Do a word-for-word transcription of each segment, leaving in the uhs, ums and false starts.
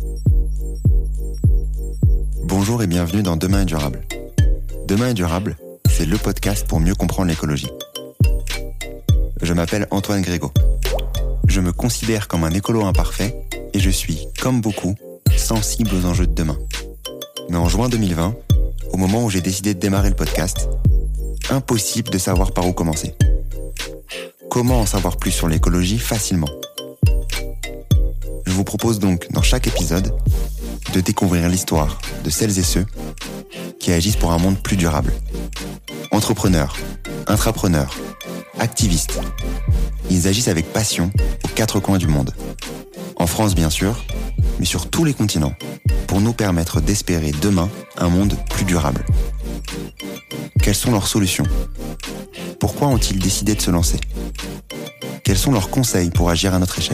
Bonjour et bienvenue dans Demain est durable. Demain est durable, c'est le podcast pour mieux comprendre l'écologie. Je m'appelle Antoine Grégo. Je me considère comme un écolo imparfait et je suis, comme beaucoup, sensible aux enjeux de demain. Mais en juin deux mille vingt, au moment où j'ai décidé de démarrer le podcast, impossible de savoir par où commencer. Comment en savoir plus sur l'écologie facilement ? Je vous propose donc, dans chaque épisode, de découvrir l'histoire de celles et ceux qui agissent pour un monde plus durable. Entrepreneurs, intrapreneurs, activistes, ils agissent avec passion aux quatre coins du monde. En France bien sûr, mais sur tous les continents, pour nous permettre d'espérer demain un monde plus durable. Quelles sont leurs solutions ? Pourquoi ont-ils décidé de se lancer ? Quels sont leurs conseils pour agir à notre échelle ?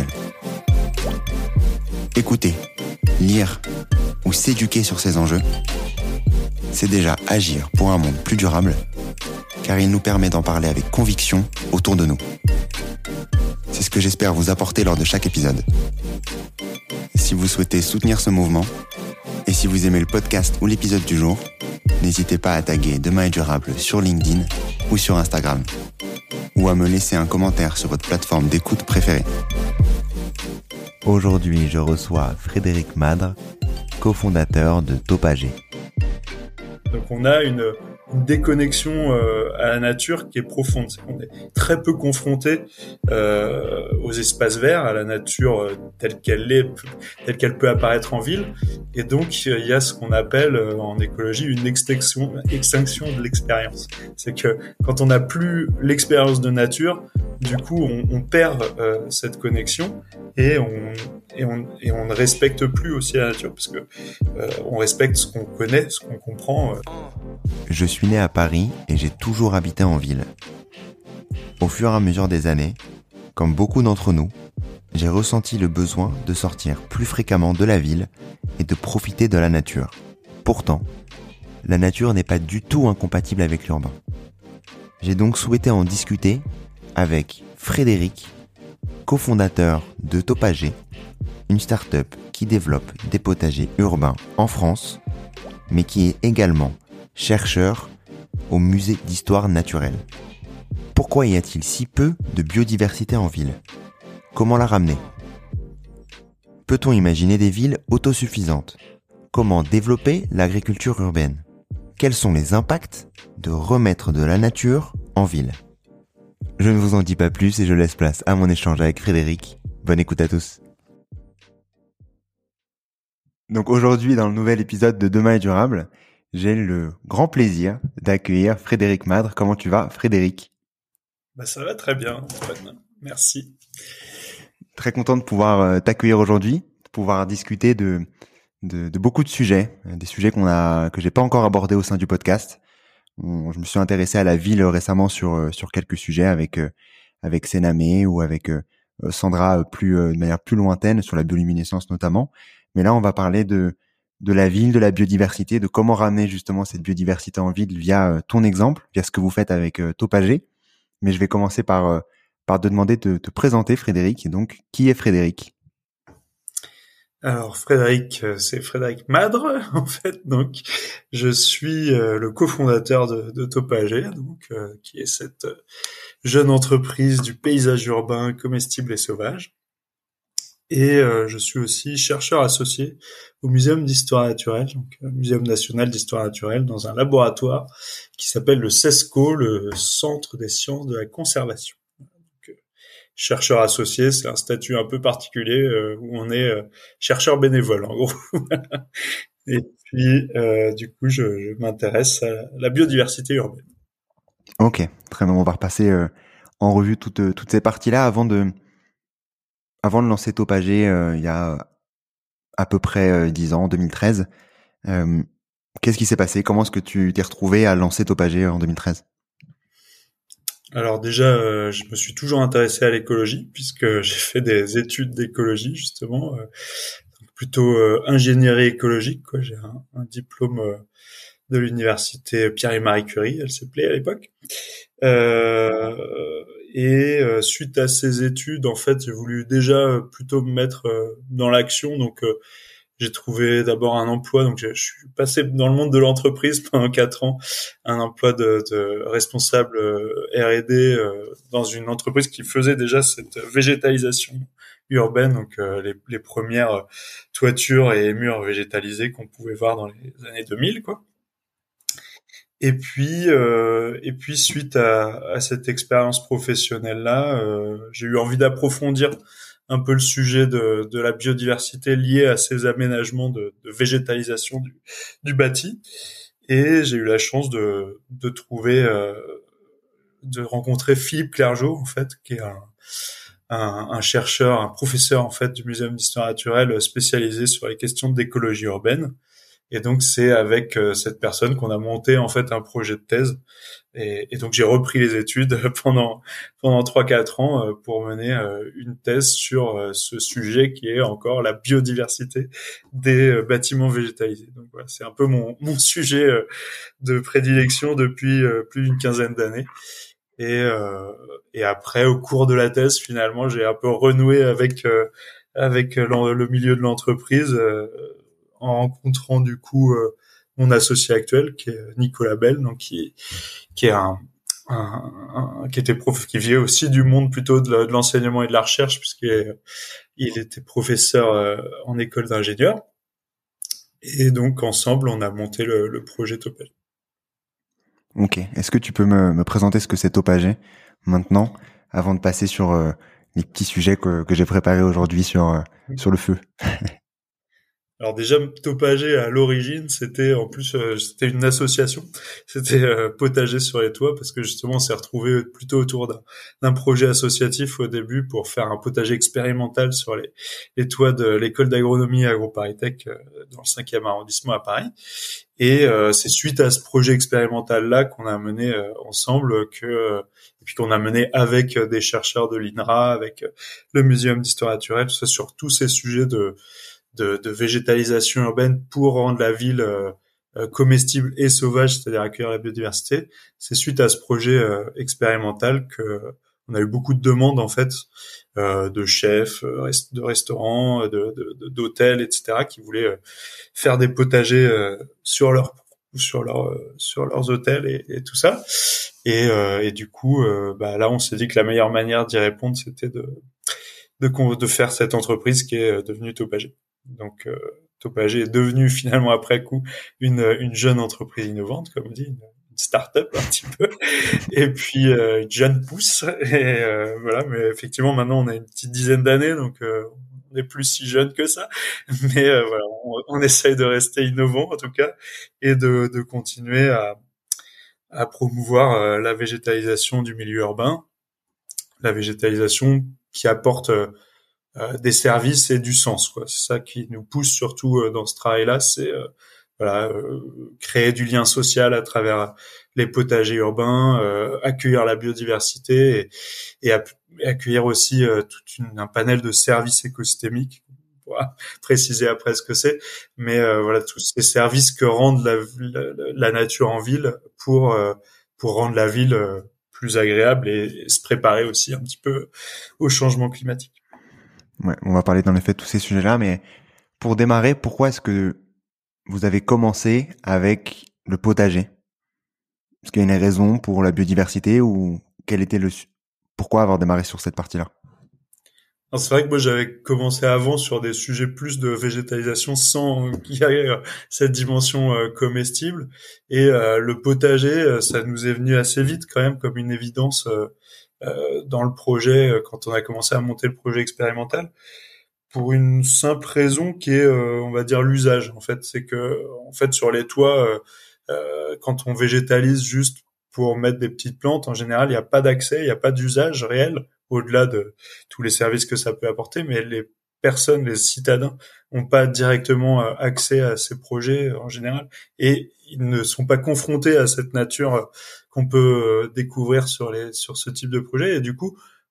Écouter, lire ou s'éduquer sur ces enjeux, c'est déjà agir pour un monde plus durable, car il nous permet d'en parler avec conviction autour de nous. C'est ce que j'espère vous apporter lors de chaque épisode. Si vous souhaitez soutenir ce mouvement, et si vous aimez le podcast ou l'épisode du jour, n'hésitez pas à taguer Demain est durable sur LinkedIn ou sur Instagram, ou à me laisser un commentaire sur votre plateforme d'écoute préférée. Aujourd'hui, je reçois Frédéric Madre, cofondateur de Topager. Donc on a une, une déconnexion euh, à la nature qui est profonde. C'est qu'on est très peu confronté euh, aux espaces verts, à la nature euh, telle qu'elle est, telle qu'elle peut apparaître en ville. Et donc il y a ce qu'on appelle euh, en écologie une extinction, extinction de l'expérience. C'est que quand on n'a plus l'expérience de nature, du coup on, on perd euh, cette connexion et on, et, on, et on ne respecte plus aussi la nature parce que euh, on respecte ce qu'on connaît, ce qu'on comprend. Euh, Je suis né à Paris et j'ai toujours habité en ville. Au fur et à mesure des années, comme beaucoup d'entre nous, j'ai ressenti le besoin de sortir plus fréquemment de la ville et de profiter de la nature. Pourtant, la nature n'est pas du tout incompatible avec l'urbain. J'ai donc souhaité en discuter avec Frédéric, cofondateur de Topager, une start-up qui développe des potagers urbains en France, mais qui est également chercheur au musée d'histoire naturelle. Pourquoi y a-t-il si peu de biodiversité en ville ? Comment la ramener ? Peut-on imaginer des villes autosuffisantes ? Comment développer l'agriculture urbaine ? Quels sont les impacts de remettre de la nature en ville ? Je ne vous en dis pas plus et je laisse place à mon échange avec Frédéric. Bonne écoute à tous. Donc aujourd'hui, dans le nouvel épisode de Demain est durable, j'ai le grand plaisir d'accueillir Frédéric Madre. Comment tu vas, Frédéric ? bah ça va très bien, Antoine. Merci. Très content de pouvoir euh, t'accueillir aujourd'hui, de pouvoir discuter de, de, de beaucoup de sujets, des sujets qu'on a que j'ai pas encore abordés au sein du podcast. On, je me suis intéressé à la ville récemment sur sur quelques sujets avec euh, avec Sénamé ou avec euh, Sandra plus euh, de manière plus lointaine sur la bioluminescence notamment. Mais là, on va parler de de la ville, de la biodiversité, de comment ramener justement cette biodiversité en ville via euh, ton exemple, via ce que vous faites avec euh, Topager. Mais je vais commencer par euh, par te demander de te présenter, Frédéric. Et donc, qui est Frédéric ? Alors Frédéric, c'est Frédéric Madre en fait. Donc je suis euh, le cofondateur de, de Topager, donc euh, qui est cette euh, jeune entreprise du paysage urbain comestible et sauvage. Et euh, je suis aussi chercheur associé au Muséum d'histoire naturelle, donc euh, Muséum national d'histoire naturelle, dans un laboratoire qui s'appelle le CESCO, le Centre des sciences de la conservation. Donc, euh, chercheur associé, c'est un statut un peu particulier euh, où on est euh, chercheur bénévole, en gros. Et puis, euh, du coup, je, je m'intéresse à la biodiversité urbaine. Ok, très bien. On va repasser euh, en revue toutes toutes ces parties-là avant de Avant de lancer Topager, euh, il y a à peu près euh, dix ans, deux mille treize, euh, qu'est-ce qui s'est passé ? Comment est-ce que tu t'es retrouvé à lancer Topager en deux mille treize ? Alors déjà, euh, je me suis toujours intéressé à l'écologie, puisque j'ai fait des études d'écologie, justement, euh, plutôt euh, ingénierie écologique, quoi. J'ai un, un diplôme euh, de l'université Pierre et Marie Curie, elle s'appelait à l'époque. Euh, et euh, suite à ces études, en fait, j'ai voulu déjà plutôt me mettre euh, dans l'action, donc euh, j'ai trouvé d'abord un emploi, donc je, je suis passé dans le monde de l'entreprise pendant quatre ans, un emploi de, de responsable R et D euh, dans une entreprise qui faisait déjà cette végétalisation urbaine, donc euh, les, les premières toitures et murs végétalisés qu'on pouvait voir dans les années deux mille, quoi. Et puis, euh, et puis suite à, à cette expérience professionnelle-là, euh, j'ai eu envie d'approfondir un peu le sujet de, de la biodiversité liée à ces aménagements de, de végétalisation du, du bâti. Et j'ai eu la chance de, de trouver, euh, de rencontrer Philippe Clergeau, en fait, qui est un, un, un chercheur, un professeur en fait du Muséum d'histoire naturelle spécialisé sur les questions d'écologie urbaine. Et donc c'est avec euh, cette personne qu'on a monté en fait un projet de thèse. Et, et donc j'ai repris les études pendant pendant trois quatre ans euh, pour mener euh, une thèse sur euh, ce sujet qui est encore la biodiversité des euh, bâtiments végétalisés. Donc voilà, c'est un peu mon mon sujet euh, de prédilection depuis euh, plus d'une quinzaine d'années. Et euh, et après au cours de la thèse finalement j'ai un peu renoué avec euh, avec le, le milieu de l'entreprise. Euh, en rencontrant du coup euh, mon associé actuel qui est Nicolas Bell, donc qui qui est un, un, un qui était prof qui vient aussi du monde plutôt de, la, de l'enseignement et de la recherche puisqu'il il était professeur euh, en école d'ingénieur, et donc ensemble on a monté le, le projet Topage. Ok, est-ce que tu peux me, me présenter ce que c'est Topage maintenant avant de passer sur euh, les petits sujets que, que j'ai préparés aujourd'hui sur euh, sur le feu? Alors déjà, Topager à l'origine, c'était en plus euh, c'était une association, c'était euh, Potager sur les toits, parce que justement on s'est retrouvé plutôt autour d'un, d'un projet associatif au début pour faire un potager expérimental sur les, les toits de l'école d'agronomie AgroParisTech euh, dans le cinquième arrondissement à Paris. Et euh, c'est suite à ce projet expérimental là qu'on a mené euh, ensemble que euh, et puis qu'on a mené avec euh, des chercheurs de l'I N R A, avec euh, le Muséum d'histoire naturelle, tout ça, sur tous ces sujets de De, de végétalisation urbaine pour rendre la ville euh, euh, comestible et sauvage, c'est-à-dire accueillir la biodiversité. C'est suite à ce projet euh, expérimental que euh, on a eu beaucoup de demandes en fait euh, de chefs, euh, de restaurants, de, de, de, d'hôtels, et cetera, qui voulaient euh, faire des potagers euh, sur leur sur leur euh, sur leurs hôtels et, et tout ça. Et, euh, et du coup, euh, bah là, on s'est dit que la meilleure manière d'y répondre, c'était de de, de faire cette entreprise qui est devenue Topager. Donc, euh, Topager est devenu finalement après coup une, une jeune entreprise innovante, comme on dit, une, une start-up un petit peu, et puis euh, une jeune pousse. Et euh, voilà, mais effectivement maintenant on a une petite dizaine d'années, donc euh, on n'est plus si jeune que ça. Mais euh, voilà, on, on essaye de rester innovant en tout cas et de, de continuer à, à promouvoir euh, la végétalisation du milieu urbain, la végétalisation qui apporte euh, Euh, des services et du sens, quoi. C'est ça qui nous pousse surtout euh, dans ce travail-là, c'est euh, voilà, euh, créer du lien social à travers les potagers urbains, euh, accueillir la biodiversité et, et, et accueillir aussi euh, tout une, un panel de services écosystémiques. On pourra préciser après ce que c'est, mais euh, voilà, tous ces services que rendent la, la, la nature en ville pour euh, pour rendre la ville euh, plus agréable et, et se préparer aussi un petit peu au changement climatique. Ouais, on va parler dans les faits de tous ces sujets-là, mais pour démarrer, pourquoi est-ce que vous avez commencé avec le potager? Est-ce qu'il y a une raison pour la biodiversité ou quel était le pourquoi avoir démarré sur cette partie-là? Alors c'est vrai que moi j'avais commencé avant sur des sujets plus de végétalisation sans qu'il y ait cette dimension euh, comestible, et euh, le potager euh, ça nous est venu assez vite quand même comme une évidence euh, euh, dans le projet euh, quand on a commencé à monter le projet expérimental, pour une simple raison qui est euh, on va dire l'usage. En fait c'est que en fait sur les toits euh, euh, quand on végétalise juste pour mettre des petites plantes, en général il n'y a pas d'accès, il n'y a pas d'usage réel au-delà de tous les services que ça peut apporter, mais les personnes, les citadins n'ont pas directement accès à ces projets en général, et ils ne sont pas confrontés à cette nature qu'on peut découvrir sur les sur ce type de projet, et du coup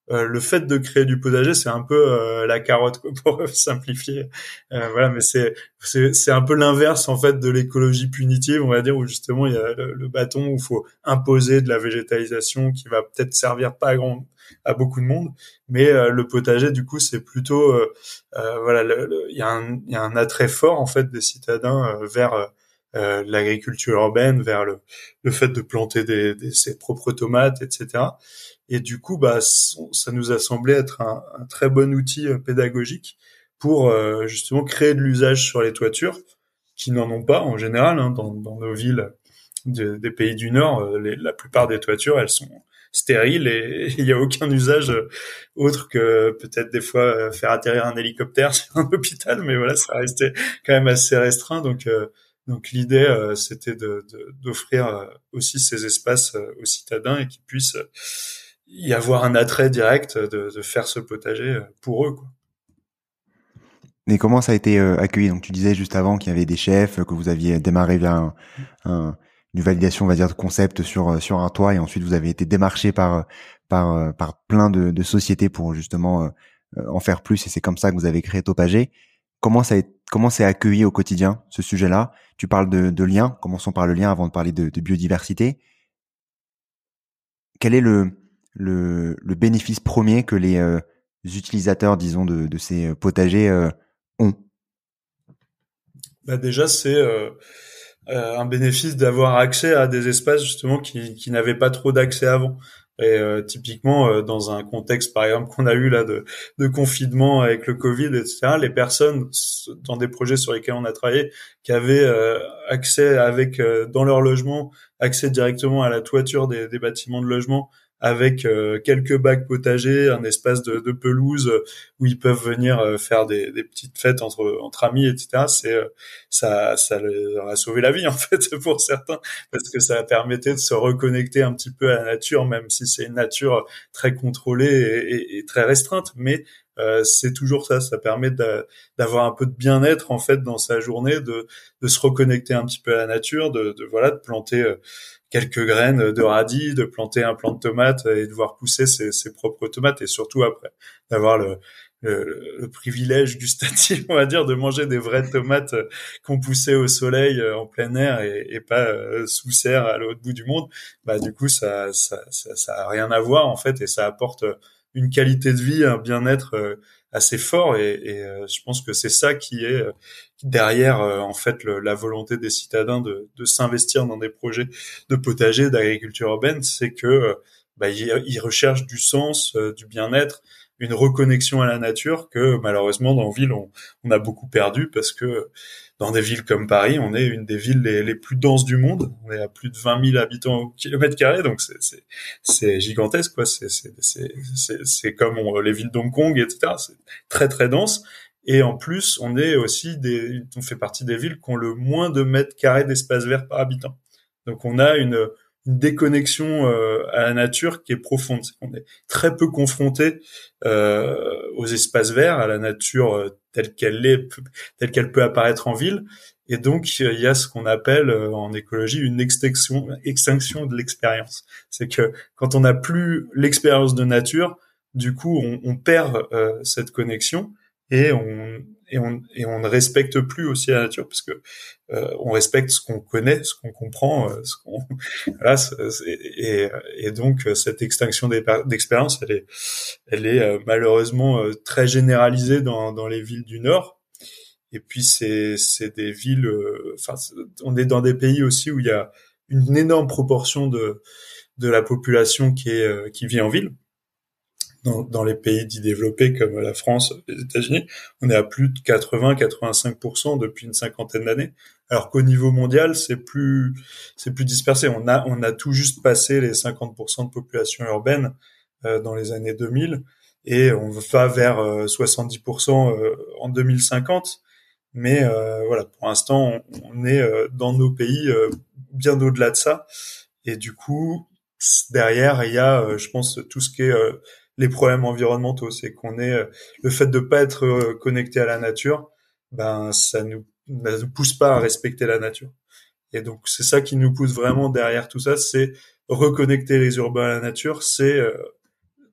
euh, le fait de créer du potager, c'est un peu euh, la carotte, quoi, pour simplifier. Euh, voilà, mais c'est c'est c'est un peu l'inverse en fait de l'écologie punitive, on va dire, où justement il y a le, le bâton où il faut imposer de la végétalisation qui va peut-être servir pas à grand à beaucoup de monde, mais euh, le potager du coup c'est plutôt euh, euh, voilà, il y a un il y a un attrait fort en fait des citadins euh, vers euh, euh, l'agriculture urbaine, vers le le fait de planter des, des ses propres tomates, et cetera. Et du coup, bah, ça nous a semblé être un, un très bon outil euh, pédagogique pour euh, justement créer de l'usage sur les toitures, qui n'en ont pas en général, hein, dans, dans nos villes de, des pays du Nord. Euh, les, la plupart des toitures, elles sont stériles et il n'y a aucun usage euh, autre que peut-être des fois euh, faire atterrir un hélicoptère sur un hôpital, mais voilà, ça restait quand même assez restreint. Donc, euh, donc l'idée, euh, c'était de, de, d'offrir euh, aussi ces espaces euh, aux citadins et qu'ils puissent euh, y avoir un attrait direct de, de faire ce potager pour eux, quoi. Et comment ça a été euh, accueilli? Donc tu disais juste avant qu'il y avait des chefs, que vous aviez démarré via un, un, une validation, on va dire, de concept sur sur un toit, et ensuite vous avez été démarché par par par plein de, de sociétés pour justement euh, en faire plus, et c'est comme ça que vous avez créé Topager. Comment ça a, comment c'est accueilli au quotidien, ce sujet-là? Tu parles de, de lien. Commençons par le lien avant de parler de, de biodiversité. Quel est le le, le bénéfice premier que les euh, utilisateurs, disons, de, de ces potagers euh, ont? Bah déjà, c'est euh, euh, un bénéfice d'avoir accès à des espaces justement qui, qui n'avaient pas trop d'accès avant. Et euh, typiquement, euh, dans un contexte, par exemple, qu'on a eu là de, de confinement avec le Covid, et cetera, les personnes dans des projets sur lesquels on a travaillé, qui avaient euh, accès avec euh, dans leur logement, accès directement à la toiture des, des bâtiments de logement, avec euh, quelques bacs potagers, un espace de, de pelouse euh, où ils peuvent venir euh, faire des, des petites fêtes entre entre amis, et cetera. C'est euh, ça, ça leur a sauvé la vie en fait pour certains, parce que ça permettait de se reconnecter un petit peu à la nature, même si c'est une nature très contrôlée et, et, et très restreinte, mais euh, c'est toujours ça, ça permet de, d'avoir un peu de bien-être en fait dans sa journée, de, de se reconnecter un petit peu à la nature, de, de voilà, de planter euh, quelques graines de radis, de planter un plant de tomates et de voir pousser ses, ses propres tomates, et surtout après d'avoir le Le, le privilège gustatif, on va dire, de manger des vraies tomates qu'on poussait au soleil en plein air et, et pas euh, sous serre à l'autre bout du monde. Bah du coup ça ça ça ça a rien à voir en fait, et ça apporte une qualité de vie, un bien-être euh, assez fort, et, et euh, je pense que c'est ça qui est euh, derrière euh, en fait le, la volonté des citadins de de s'investir dans des projets de potager, d'agriculture urbaine, c'est que euh, bah ils, ils recherchent du sens, euh, du bien-être, une reconnexion à la nature que malheureusement dans ville on, on a beaucoup perdu, parce que dans des villes comme Paris, on est une des villes les, les plus denses du monde. On est à plus de vingt mille habitants au kilomètre carré, donc c'est c'est c'est gigantesque, quoi. C'est c'est c'est c'est, c'est comme on, les villes d'Hong Kong, et cetera. C'est très très dense. Et en plus, on est aussi des, on fait partie des villes qui ont le moins de mètres carrés d'espace vert par habitant. Donc on a une une déconnexion euh, à la nature qui est profonde. On est très peu confronté euh, aux espaces verts, à la nature euh, telle qu'elle est, telle qu'elle peut apparaître en ville. Et donc il y a ce qu'on appelle euh, en écologie une extinction, extinction de l'expérience. C'est que quand on n'a plus l'expérience de nature, du coup on, on perd euh, cette connexion, et on et on et on ne respecte plus aussi la nature, parce que euh, on respecte ce qu'on connaît, ce qu'on comprend, euh, ce qu'on voilà, c'est, et et donc cette extinction d'expérience, elle est elle est euh, malheureusement euh, très généralisée dans dans les villes du Nord. Et puis c'est c'est des villes, enfin euh, on est dans des pays aussi où il y a une énorme proportion de de la population qui est euh, qui vit en ville. Dans, dans les pays dits développés comme la France, les États-Unis, on est à plus de quatre-vingts à quatre-vingt-cinq pour cent depuis une cinquantaine d'années. Alors qu'au niveau mondial, c'est plus, c'est plus dispersé. On a, on a tout juste passé les cinquante pour cent de population urbaine euh, dans les années deux mille, et on va vers euh, soixante-dix pour cent euh, en deux mille cinquante. Mais euh, voilà, pour l'instant, on, on est euh, dans nos pays euh, bien au-delà de ça. Et du coup, derrière, il y a, euh, je pense, tout ce qui est euh, les problèmes environnementaux. C'est qu'on est, euh, le fait de pas être euh, connecté à la nature, ben ça nous, ça nous pousse pas à respecter la nature. Et donc c'est ça qui nous pousse vraiment derrière tout ça, c'est reconnecter les urbains à la nature, c'est euh,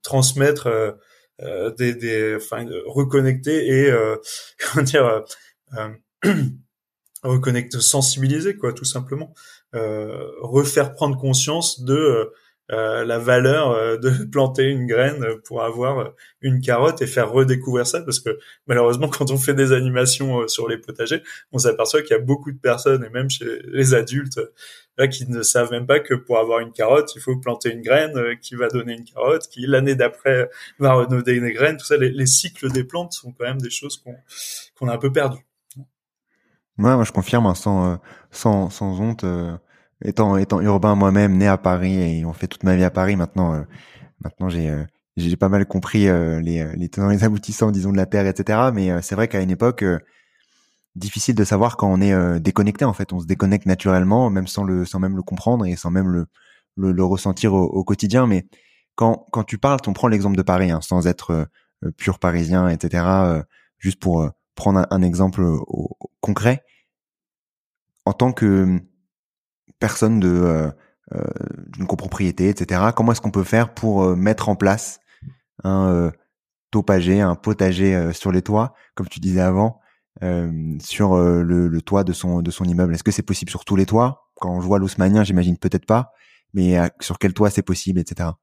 transmettre euh, euh, des, des, enfin, reconnecter et euh, comment dire, euh, reconnecter, sensibiliser quoi, tout simplement, euh, refaire prendre conscience de euh, la valeur euh, de planter une graine pour avoir une carotte et faire redécouvrir ça, parce que malheureusement quand on fait des animations euh, sur les potagers, on s'aperçoit qu'il y a beaucoup de personnes et même chez les adultes là qui ne savent même pas que pour avoir une carotte il faut planter une graine euh, qui va donner une carotte, qui l'année d'après va redonner une graine. Tout ça, les, les cycles des plantes sont quand même des choses qu'on qu'on a un peu perdues. Ouais, moi je confirme, hein, sans, euh, sans, sans honte, euh, étant, étant urbain moi-même, né à Paris et on fait toute ma vie à Paris, maintenant, euh, maintenant j'ai, euh, j'ai pas mal compris euh, les, les tenants et les aboutissants, disons, de la terre, et cetera. Mais euh, c'est vrai qu'à une époque, euh, difficile de savoir quand on est euh, déconnecté. En fait, on se déconnecte naturellement, même sans le, sans même le comprendre et sans même le, le, le ressentir au, au quotidien. Mais quand, quand tu parles, on prend l'exemple de Paris, hein, sans être euh, pur parisien, et cetera. Euh, juste pour euh, prendre un, un exemple euh, au, concret. En tant que personne de euh, euh, d'une copropriété, et cetera. Comment est-ce qu'on peut faire pour euh, mettre en place un euh, topager, un potager euh, sur les toits, comme tu disais avant, euh, sur euh, le, le toit de son de son immeuble? Est-ce que c'est possible sur tous les toits? Quand je vois l'haussmannien, j'imagine peut-être pas, mais euh, sur quel toit c'est possible, et cetera.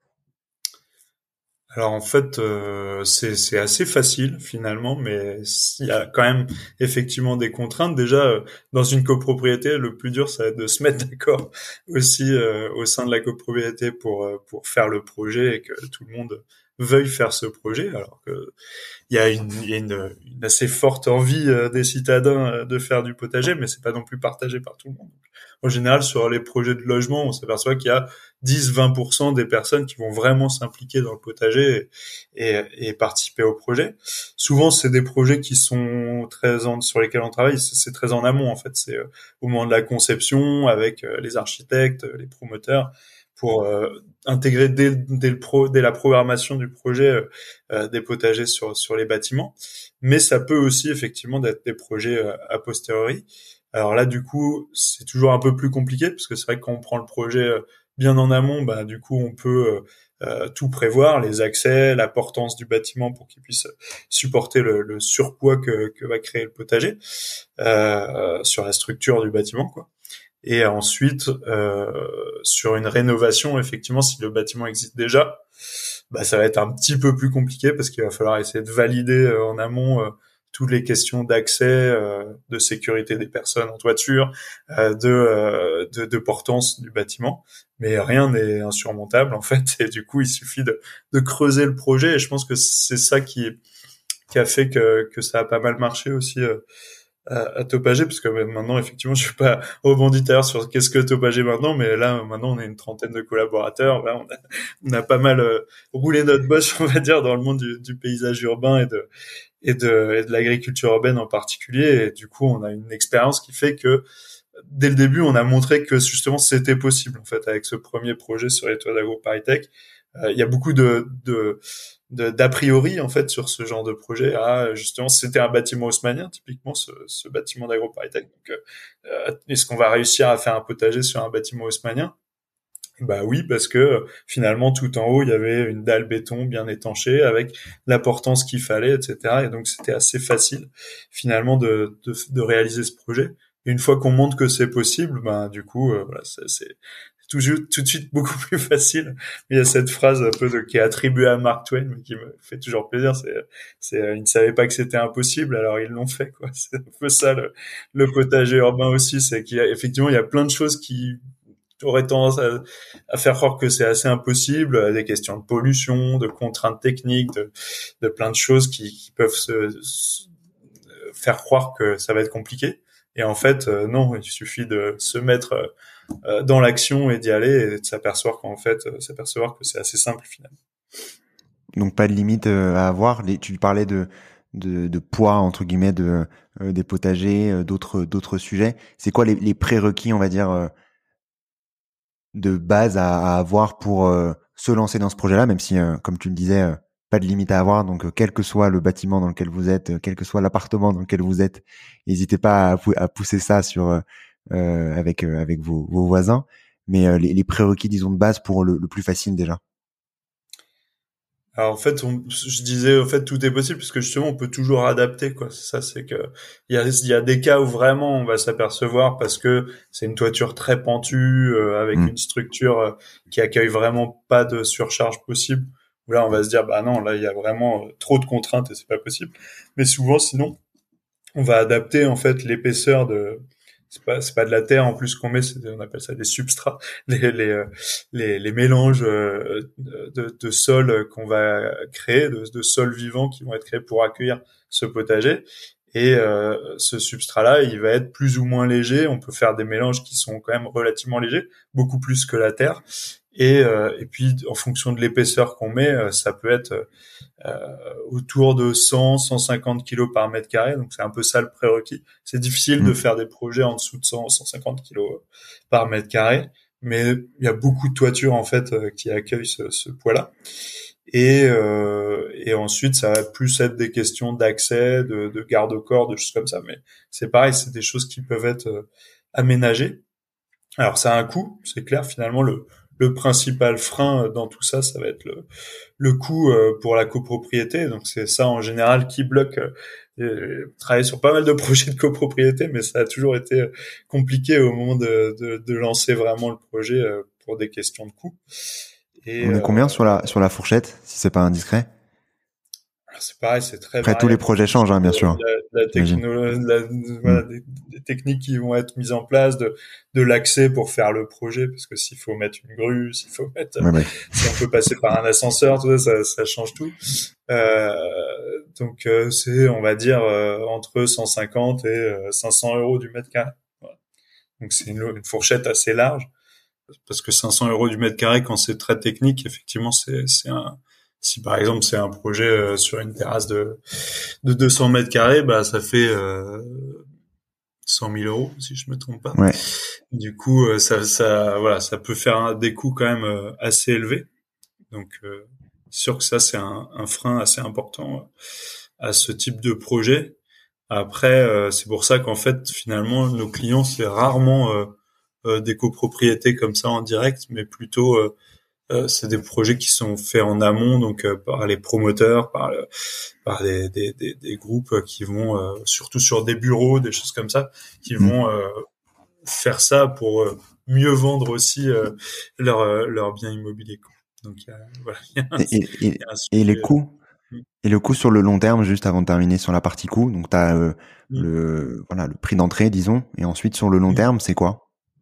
Alors en fait, euh, c'est c'est assez facile finalement, mais il y a quand même effectivement des contraintes. Déjà, euh, dans une copropriété, le plus dur, ça va être de se mettre d'accord aussi euh, au sein de la copropriété pour euh, pour faire le projet et que tout le monde veuille faire ce projet. Alors que il y a une, il y a une, une assez forte envie euh, des citadins euh, de faire du potager, mais c'est pas non plus partagé par tout le monde. En général, sur les projets de logement, on s'aperçoit qu'il y a dix à vingt pour cent des personnes qui vont vraiment s'impliquer dans le potager et, et, et participer au projet. Souvent, c'est des projets qui sont très en, sur lesquels on travaille, c'est, c'est très en amont en fait. C'est euh, au moment de la conception avec euh, les architectes, les promoteurs, pour euh, intégrer dès, dès, le pro, dès la programmation du projet euh, des potagers sur, sur les bâtiments. Mais ça peut aussi effectivement être des projets euh, a posteriori. Alors là, du coup, c'est toujours un peu plus compliqué parce que c'est vrai que quand on prend le projet euh, bien en amont, bah du coup, on peut euh, euh, tout prévoir, les accès, la portance du bâtiment pour qu'il puisse supporter le, le surpoids que, que va créer le potager euh, sur la structure du bâtiment, quoi. Et ensuite, euh, sur une rénovation, effectivement, si le bâtiment existe déjà, bah ça va être un petit peu plus compliqué parce qu'il va falloir essayer de valider euh, en amont euh, toutes les questions d'accès, euh, de sécurité des personnes en toiture, euh, de, euh, de de portance du bâtiment. Mais rien n'est insurmontable en fait. Et du coup, il suffit de, de creuser le projet. Et je pense que c'est ça qui qui a fait que que ça a pas mal marché aussi. Euh, à, à Topager, parce que maintenant effectivement je suis pas rebondi tout à l'heure sur qu'est-ce que Topager maintenant, mais là maintenant on est une trentaine de collaborateurs, là on a, on a pas mal euh, roulé notre bosse, on va dire, dans le monde du, du paysage urbain et de et de, et de l'agriculture urbaine en particulier, et du coup on a une expérience qui fait que dès le début on a montré que justement c'était possible en fait avec ce premier projet sur les toits d'AgroParisTech. Euh, il y a beaucoup de, de de, d'a priori en fait sur ce genre de projet. Ah, justement, c'était un bâtiment haussmannien, typiquement ce, ce bâtiment d'AgroParisTech. Donc, euh, est-ce qu'on va réussir à faire un potager sur un bâtiment haussmannien? Bah oui, parce que finalement tout en haut il y avait une dalle béton bien étanchée avec la portance qu'il fallait, et cetera. Et donc c'était assez facile finalement de, de, de réaliser ce projet. Et une fois qu'on montre que c'est possible, ben du coup euh, voilà, c'est, c'est tout, tout de suite beaucoup plus facile. Il y a cette phrase un peu de, qui est attribuée à Mark Twain, mais qui me fait toujours plaisir. C'est, c'est, euh, ils ne savaient pas que c'était impossible, alors ils l'ont fait, quoi. C'est un peu ça le, le potager urbain aussi, c'est qu'il y a effectivement il y a plein de choses qui auraient tendance à, à faire croire que c'est assez impossible, des questions de pollution, de contraintes techniques, de, de plein de choses qui, qui peuvent se, se faire croire que ça va être compliqué. Et en fait, euh, non, il suffit de se mettre euh, dans l'action et d'y aller et de s'apercevoir qu'en fait, euh, s'apercevoir que c'est assez simple finalement. Donc pas de limite euh, à avoir. Les, tu parlais de, de, de poids entre guillemets de euh, des potagers, euh, d'autres d'autres sujets. C'est quoi les, les prérequis, on va dire, euh, de base à, à avoir pour euh, se lancer dans ce projet-là, même si, euh, comme tu le disais, euh, pas de limite à avoir. Donc, euh, quel que soit le bâtiment dans lequel vous êtes, euh, quel que soit l'appartement dans lequel vous êtes, n'hésitez pas à, à pousser ça sur euh, euh, avec euh, avec vos, vos voisins. Mais euh, les, les prérequis, disons, de base pour le, le plus facile déjà. Alors en fait, on, je disais en fait tout est possible parce que justement on peut toujours adapter quoi. C'est ça, c'est que il y a il y a des cas où vraiment on va s'apercevoir parce que c'est une toiture très pentue euh, avec Mmh. une structure euh, qui accueille vraiment pas de surcharge possible. Où là on va se dire bah non, là il y a vraiment euh, trop de contraintes et c'est pas possible. Mais souvent sinon on va adapter en fait l'épaisseur de c'est pas c'est pas de la terre en plus qu'on met, c'est, on appelle ça des substrats, les les euh, les, les mélanges euh, de, de sols qu'on va créer, de, de sols vivants qui vont être créés pour accueillir ce potager. Et euh, ce substrat-là, il va être plus ou moins léger. On peut faire des mélanges qui sont quand même relativement légers, beaucoup plus que la terre. Et, euh, et puis, en fonction de l'épaisseur qu'on met, euh, ça peut être euh, autour de cent, cent cinquante kilos par mètre carré. Donc c'est un peu ça le prérequis. C'est difficile Mmh. de faire des projets en dessous de cent, cent cinquante kilos par mètre carré, mais il y a beaucoup de toitures en fait euh, qui accueillent ce, ce poids-là. Et, euh, et ensuite, ça va plus être des questions d'accès, de, de garde-corps, de choses comme ça. Mais c'est pareil, c'est des choses qui peuvent être euh, aménagées. Alors ça a un coût, c'est clair. Finalement, le, le principal frein dans tout ça, ça va être le, le coût euh, pour la copropriété. Donc c'est ça en général qui bloque. Euh, euh, travailler sur pas mal de projets de copropriété, mais ça a toujours été euh, compliqué au moment de, de, de lancer vraiment le projet euh, pour des questions de coût. Et On est euh, combien sur la sur la fourchette, si c'est pas indiscret? c'est pareil, c'est très Après, tous les variable en projets fonction changent, hein, bien de sûr, la, la j'imagine. technologie, la, Mmh. voilà, des, des techniques qui vont être mises en place, de, de l'accès pour faire le projet, parce que s'il faut mettre une grue, s'il faut mettre, Ouais, ouais. si on peut passer par un ascenseur, tout ça, ça, ça change tout. Euh, donc euh, c'est, on va dire, euh, entre cent cinquante et euh, cinq cents euros du mètre carré. Voilà. Donc c'est une, une fourchette assez large, parce que cinq cents euros du mètre carré, quand c'est très technique, effectivement, c'est, c'est un, si par exemple c'est un projet euh, sur une terrasse de, de deux cents mètres carrés, bah ça fait euh, cent mille euros si je me trompe pas. Ouais. Du coup, euh, ça, ça, voilà, ça peut faire un, des coûts quand même euh, assez élevés. Donc, euh, c'est sûr que ça c'est un, un frein assez important euh, à ce type de projet. Après, euh, c'est pour ça qu'en fait, finalement, nos clients c'est rarement euh, euh, des copropriétés comme ça en direct, mais plutôt euh, euh, c'est des projets qui sont faits en amont, donc euh, par les promoteurs, par le, par des, des, des, des groupes qui vont, euh, surtout sur des bureaux, des choses comme ça, qui Mmh. vont euh, faire ça pour euh, mieux vendre aussi euh, leurs euh, leurs biens immobiliers, quoi. Donc il y a, voilà, il y a un, Et, et, il et, y a un et les sujet. coûts, Euh, et le coût sur le long terme, juste avant de terminer sur la partie coût. Donc, t'as euh, mm, le voilà le prix d'entrée, disons, et ensuite sur le long mm. terme, c'est quoi?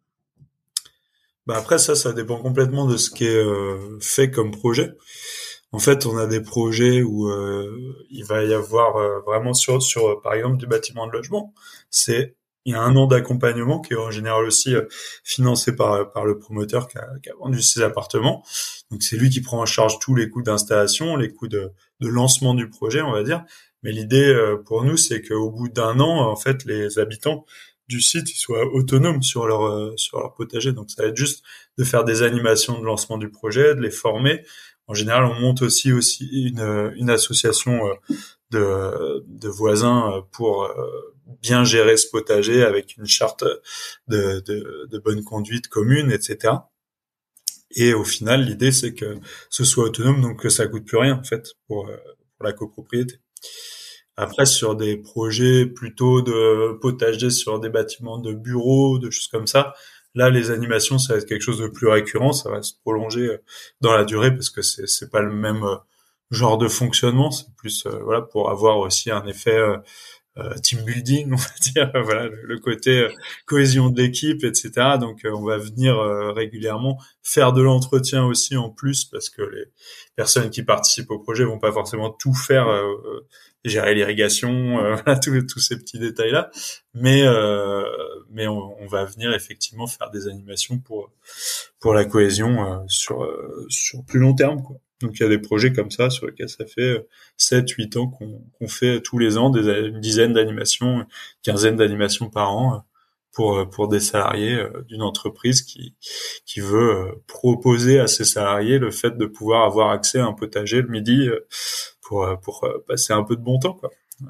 Bah après ça, ça dépend complètement de ce qui est euh, fait comme projet. En fait, on a des projets où euh, il va y avoir euh, vraiment sur, sur, euh, par exemple, du bâtiment de logement. C'est il y a un an d'accompagnement qui est en général aussi euh, financé par par le promoteur qui a, qui a vendu ses appartements. Donc c'est lui qui prend en charge tous les coûts d'installation, les coûts de, de lancement du projet, on va dire. Mais l'idée euh, pour nous, c'est qu'au bout d'un an, en fait, les habitants du site ils soient autonomes sur leur euh, sur leur potager. Donc ça va être juste de faire des animations de lancement du projet, de les former. En général, on monte aussi aussi une une association euh, de de voisins pour euh, bien gérer ce potager avec une charte de de, de bonne conduite commune, et cetera. Et au final, l'idée c'est que ce soit autonome, donc que ça coûte plus rien en fait pour euh, pour la copropriété. Après, sur des projets plutôt de potager sur des bâtiments de bureaux, de choses comme ça, là, les animations, ça va être quelque chose de plus récurrent, ça va se prolonger euh, dans la durée parce que c'est c'est pas le même euh, genre de fonctionnement, c'est plus euh, voilà pour avoir aussi un effet euh, euh, team building, on va dire, voilà le, le côté euh, cohésion de l'équipe, et cetera. Donc, euh, on va venir euh, régulièrement faire de l'entretien aussi en plus parce que les personnes qui participent au projet vont pas forcément tout faire. Euh, gérer l'irrigation, euh, voilà, tous, tous ces petits détails-là. Mais, euh, mais on, on va venir effectivement faire des animations pour, pour la cohésion euh, sur, euh, sur plus long terme, quoi. Donc il y a des projets comme ça sur lesquels ça fait sept huit ans qu'on, qu'on fait tous les ans des, une dizaine d'animations, une quinzaine d'animations par an pour, pour des salariés d'une entreprise qui, qui veut proposer à ses salariés le fait de pouvoir avoir accès à un potager le midi pour pour passer un peu de bon temps, quoi.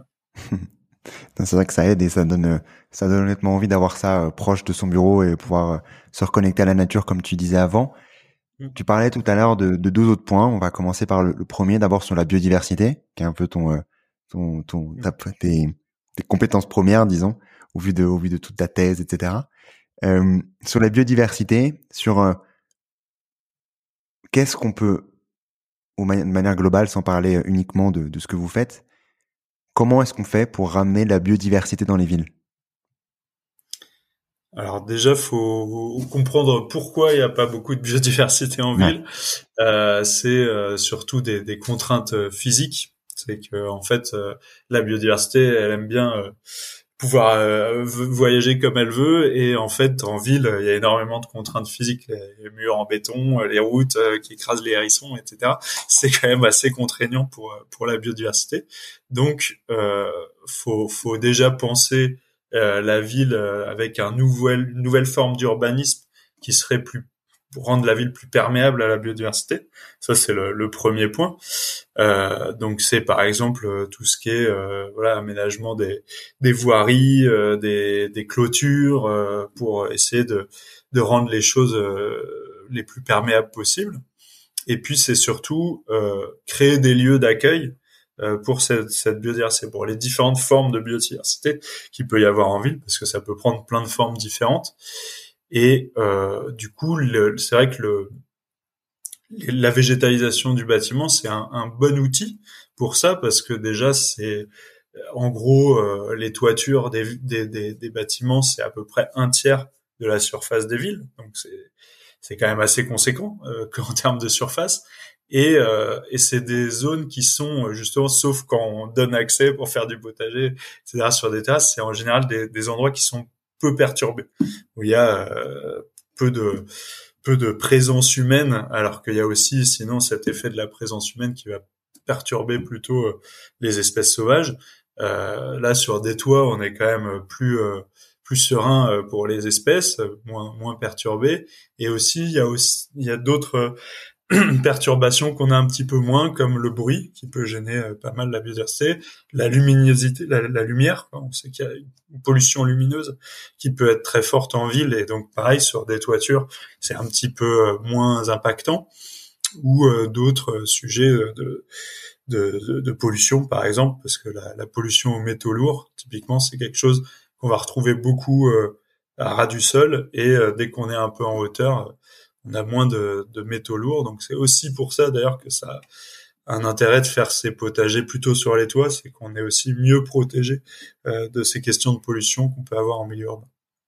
C'est vrai que ça aide et ça donne ça donne honnêtement envie d'avoir ça euh, proche de son bureau et pouvoir euh, se reconnecter à la nature comme tu disais avant. Tu parlais tout à l'heure de, de deux autres points. On va commencer par le, le premier, d'abord sur la biodiversité, qui est un peu ton, euh, ton, ton, ta, tes, tes compétences premières, disons, au vu de, au vu de toute ta thèse, et cetera. Euh, sur la biodiversité, sur euh, qu'est-ce qu'on peut, de manière globale, sans parler uniquement de, de ce que vous faites, comment est-ce qu'on fait pour ramener la biodiversité dans les villes? Alors déjà, faut comprendre pourquoi il n'y a pas beaucoup de biodiversité en Ouais. ville. Euh, c'est euh, surtout des, des contraintes physiques. C'est que en fait, euh, la biodiversité, elle aime bien euh, pouvoir euh, voyager comme elle veut, et en fait, en ville, il y a énormément de contraintes physiques, les murs en béton, les routes euh, qui écrasent les hérissons, et cetera. C'est quand même assez contraignant pour pour la biodiversité. Donc, euh, faut faut déjà penser euh, la ville euh, avec un nouvel, une nouvelle forme d'urbanisme qui serait plus, pour rendre la ville plus perméable à la biodiversité. Ça, c'est le, le premier point. Euh, donc, c'est par exemple tout ce qui est euh, voilà, aménagement des, des voiries, euh, des, des clôtures, euh, pour essayer de, de rendre les choses euh, les plus perméables possibles. Et puis, c'est surtout euh, créer des lieux d'accueil euh, pour cette, cette biodiversité, pour les différentes formes de biodiversité qu'il peut y avoir en ville, parce que ça peut prendre plein de formes différentes. Et euh, du coup, le, c'est vrai que le, la végétalisation du bâtiment, c'est un, un bon outil pour ça, parce que déjà, c'est en gros euh, les toitures des, des, des, des bâtiments, c'est à peu près un tiers de la surface des villes, donc c'est c'est quand même assez conséquent euh, en termes de surface. Et, euh, et c'est des zones qui sont justement, sauf quand on donne accès pour faire du potager, et cetera, sur des terrasses, c'est en général des, des endroits qui sont peu perturbés, où il y a euh, peu de peu de présence humaine, alors qu'il y a aussi sinon cet effet de la présence humaine qui va perturber plutôt euh, les espèces sauvages. Euh, là, sur des toits, on est quand même plus euh, plus serein pour les espèces, moins moins perturbé. Et aussi, il y a aussi il y a d'autres perturbations qu'on a un petit peu moins, comme le bruit qui peut gêner pas mal la biodiversité, la luminosité, la, la lumière. On sait qu'il y a une pollution lumineuse qui peut être très forte en ville, et donc pareil sur des toitures, c'est un petit peu moins impactant. Ou euh, d'autres sujets de, de, de, de pollution, par exemple, parce que la, la pollution aux métaux lourds, typiquement, c'est quelque chose qu'on va retrouver beaucoup euh, à ras du sol, et euh, dès qu'on est un peu en hauteur, on a moins de, de métaux lourds. Donc c'est aussi pour ça d'ailleurs que ça a un intérêt de faire ces potagers plutôt sur les toits, c'est qu'on est aussi mieux protégé euh, de ces questions de pollution qu'on peut avoir en milieu urbain.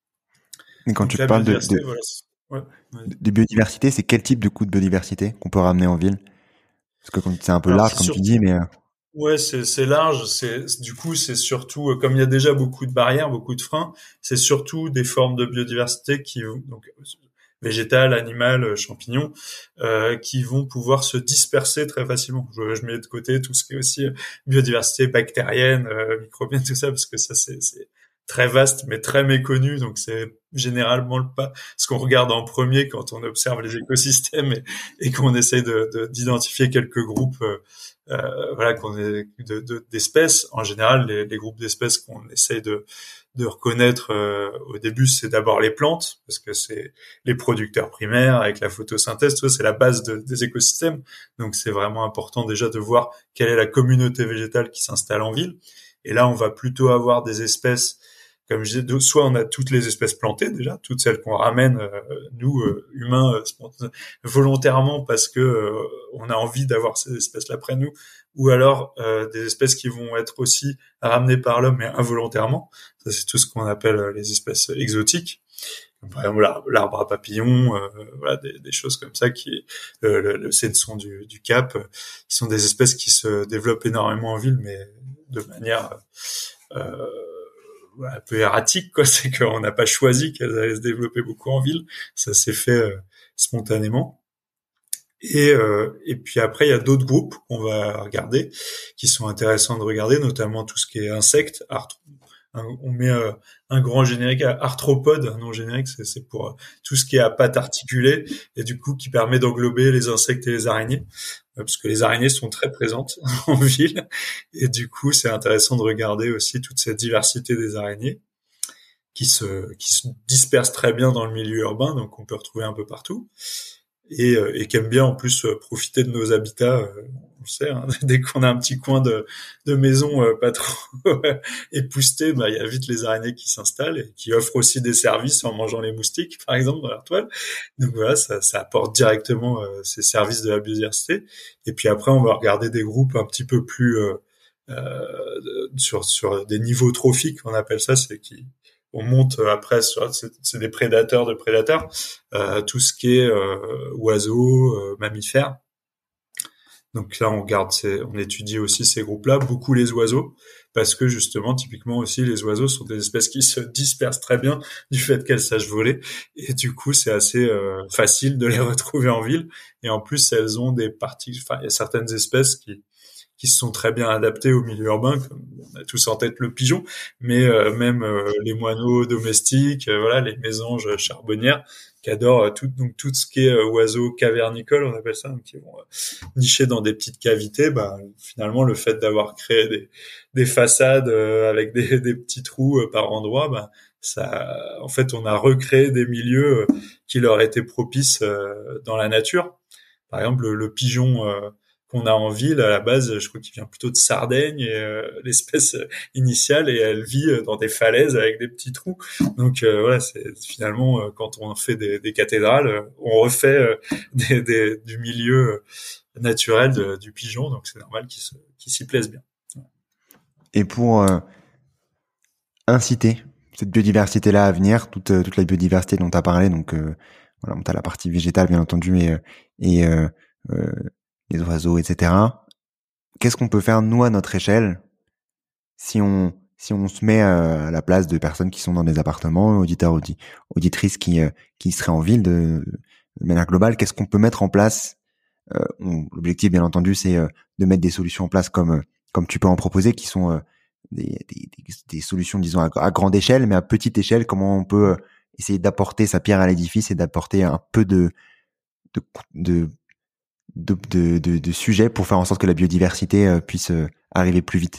Et quand Donc, tu parles de, de, voilà. ouais, de biodiversité, c'est quel type de coût de biodiversité qu'on peut ramener en ville? Parce que c'est un peu Alors, large, comme surtout... tu dis, mais... Ouais, c'est, c'est large. C'est, du coup, c'est surtout, comme il y a déjà beaucoup de barrières, beaucoup de freins, c'est surtout des formes de biodiversité qui, donc, végétales, animales, champignons, euh, qui vont pouvoir se disperser très facilement. Je, je mets de côté tout ce qui est aussi biodiversité bactérienne, euh, microbienne, tout ça, parce que ça, c'est, c'est très vaste, mais très méconnu. Donc, c'est généralement le pas ce qu'on regarde en premier quand on observe les écosystèmes et, et qu'on essaye de, de, d'identifier quelques groupes, euh, euh, voilà, qu'on est de, de, d'espèces. En général, les, les groupes d'espèces qu'on essaye de de reconnaître euh, au début, c'est d'abord les plantes, parce que c'est les producteurs primaires avec la photosynthèse, tout ça, c'est la base de, des écosystèmes. Donc c'est vraiment important déjà de voir quelle est la communauté végétale qui s'installe en ville. Et là, on va plutôt avoir des espèces, comme je disais, soit on a toutes les espèces plantées déjà, toutes celles qu'on ramène euh, nous euh, humains euh, volontairement parce que euh, on a envie d'avoir ces espèces-là près de nous, ou alors euh, des espèces qui vont être aussi ramenées par l'homme mais involontairement. Ça, c'est tout ce qu'on appelle euh, les espèces exotiques. Par exemple, l'arbre à papillons, euh, voilà, des, des choses comme ça qui, euh, le, le cédson du, du Cap, euh, qui sont des espèces qui se développent énormément en ville, mais de manière euh, un peu erratique, quoi. C'est qu'on n'a pas choisi qu'elles allaient se développer beaucoup en ville. Ça s'est fait euh, spontanément. Et, euh, et puis après, il y a d'autres groupes qu'on va regarder, qui sont intéressants de regarder, notamment tout ce qui est insectes. Art- on met euh, un grand générique à arthropode, un nom générique, c'est, c'est pour euh, tout ce qui est à pattes articulées, et du coup qui permet d'englober les insectes et les araignées, euh, parce que les araignées sont très présentes en ville, et du coup c'est intéressant de regarder aussi toute cette diversité des araignées qui se qui se dispersent très bien dans le milieu urbain, donc on peut retrouver un peu partout. et, euh, et qui aiment bien en plus euh, profiter de nos habitats. Euh, on le sait, hein, dès qu'on a un petit coin de, de maison euh, pas trop épousté, bah il y a vite les araignées qui s'installent et qui offrent aussi des services en mangeant les moustiques, par exemple, dans leur toile. Donc voilà, ça, ça apporte directement euh, ces services de la biodiversité. Et puis après, on va regarder des groupes un petit peu plus euh, euh, sur sur des niveaux trophiques, on appelle ça, c'est qui on monte après sur c'est, c'est des prédateurs de prédateurs, euh, tout ce qui est euh, oiseaux, euh, mammifères. Donc là, on garde, ces, on étudie aussi ces groupes-là, beaucoup les oiseaux, parce que justement, typiquement aussi, les oiseaux sont des espèces qui se dispersent très bien du fait qu'elles sachent voler, et du coup, c'est assez euh, facile de les retrouver en ville. Et en plus, elles ont des parties, enfin, il y a certaines espèces qui qui se sont très bien adaptés au milieu urbain, comme on a tous en tête le pigeon, mais euh, même euh, les moineaux domestiques, euh, voilà, les mésanges charbonnières, qui adorent euh, tout, donc tout ce qui est euh, oiseaux cavernicoles, on appelle ça, donc qui vont euh, nicher dans des petites cavités. Bah, finalement, le fait d'avoir créé des, des façades euh, avec des, des petits trous euh, par endroit, bah, ça, en fait, on a recréé des milieux euh, qui leur étaient propices euh, dans la nature. Par exemple, le, le pigeon euh, qu'on a en ville, à la base, je crois qu'il vient plutôt de Sardaigne, et, euh, l'espèce initiale, et elle vit dans des falaises avec des petits trous. Donc euh, voilà, c'est finalement euh, quand on fait des, des cathédrales, euh, on refait euh, des, des, du milieu naturel de, du pigeon, donc c'est normal qu'il, se, qu'il s'y plaise bien. Et pour euh, inciter cette biodiversité-là à venir, toute, euh, toute la biodiversité dont tu as parlé, donc euh, voilà, tu as la partie végétale bien entendu, et, et euh, euh, les oiseaux, et cetera. Qu'est-ce qu'on peut faire nous à notre échelle si on si on se met à la place de personnes qui sont dans des appartements, auditeurs, audi, auditrices qui euh, qui seraient en ville de, de manière globale, qu'est-ce qu'on peut mettre en place? euh, on, L'objectif, bien entendu, c'est euh, de mettre des solutions en place comme euh, comme tu peux en proposer, qui sont euh, des, des, des solutions, disons, à, à grande échelle, mais à petite échelle, comment on peut euh, essayer d'apporter sa pierre à l'édifice et d'apporter un peu de de, de De, de, de, de sujets pour faire en sorte que la biodiversité euh, puisse euh, arriver plus vite,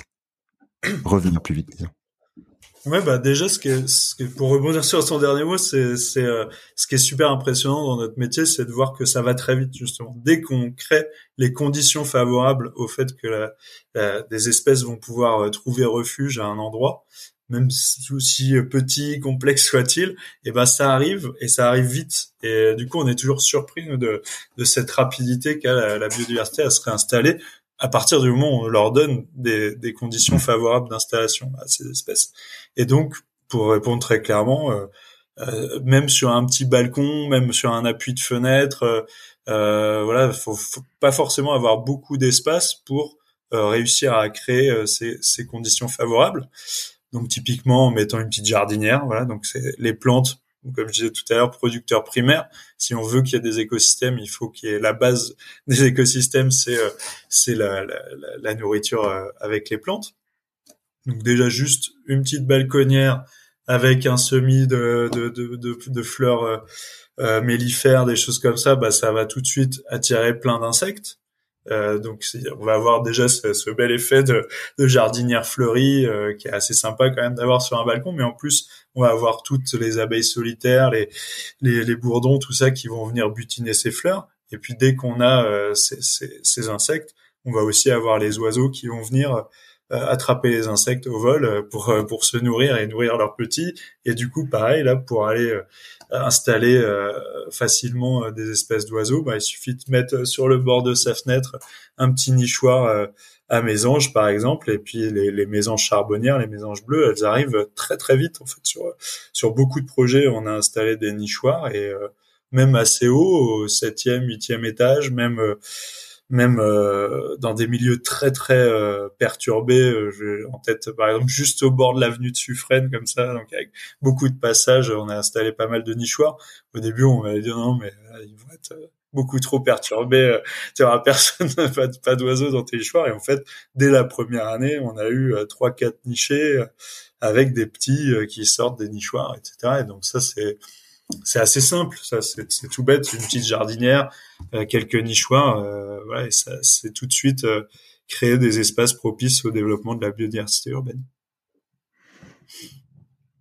revenir plus vite, disons. Ouais, bah déjà, ce qui est, ce qui est- pour rebondir sur ton dernier mot, c'est, c'est euh, ce qui est super impressionnant dans notre métier, c'est de voir que ça va très vite, justement. Dès qu'on crée les conditions favorables au fait que la, la- des espèces vont pouvoir euh, trouver refuge à un endroit, même si aussi petit, complexe soit-il, et ben ça arrive, et ça arrive vite. Et euh, du coup, on est toujours surpris, nous, de, de cette rapidité qu'a la, la biodiversité à se réinstaller à partir du moment où on leur donne des, des conditions favorables d'installation à ces espèces. Et donc, pour répondre très clairement, euh, euh, même sur un petit balcon, même sur un appui de fenêtre, euh, euh, voilà, faut, faut pas forcément avoir beaucoup d'espace pour euh, réussir à créer euh, ces, ces conditions favorables. Donc, typiquement, en mettant une petite jardinière, voilà, donc c'est les plantes. Donc, comme je disais tout à l'heure, producteurs primaires. Si on veut qu'il y ait des écosystèmes, il faut qu'il y ait la base des écosystèmes, c'est euh, c'est la, la, la, la nourriture euh, avec les plantes. Donc déjà juste une petite balconnière avec un semis de de de de, de fleurs euh, euh, mellifères, des choses comme ça, bah ça va tout de suite attirer plein d'insectes. Euh, donc on va avoir déjà ce, ce bel effet de, de jardinière fleurie euh, qui est assez sympa quand même d'avoir sur un balcon, mais en plus on va avoir toutes les abeilles solitaires, les les, les bourdons, tout ça qui vont venir butiner ces fleurs. Et puis dès qu'on a euh, ces, ces, ces insectes, on va aussi avoir les oiseaux qui vont venir euh, attraper les insectes au vol pour pour se nourrir et nourrir leurs petits. Et du coup pareil là pour aller euh, installer euh, facilement euh, des espèces d'oiseaux, bah, il suffit de mettre sur le bord de sa fenêtre un petit nichoir euh, à mésanges par exemple, et puis les, les mésanges charbonnières, les mésanges bleues, elles arrivent très très vite en fait. Sur sur beaucoup de projets, on a installé des nichoirs, et euh, même assez haut, au septième, huitième étage, même euh, même euh, dans des milieux très très euh, perturbés. Euh, j'ai en tête par exemple juste au bord de l'avenue de Suffren comme ça, donc avec beaucoup de passages, on a installé pas mal de nichoirs. Au début on m'avait dit non mais là, ils vont être beaucoup trop perturbés, tu auras personne, pas, pas d'oiseaux dans tes nichoirs. Et en fait dès la première année on a eu trois quatre nichés avec des petits qui sortent des nichoirs, etc. Et donc ça c'est c'est assez simple, ça, c'est, c'est tout bête, une petite jardinière, euh, quelques nichoirs, euh, voilà, et ça, c'est tout de suite euh, créer des espaces propices au développement de la biodiversité urbaine.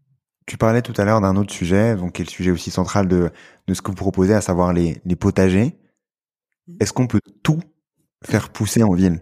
Tu parlais tout à l'heure d'un autre sujet, donc qui est le sujet aussi central de, de ce que vous proposez, à savoir les, les potagers. Est-ce qu'on peut tout faire pousser en ville?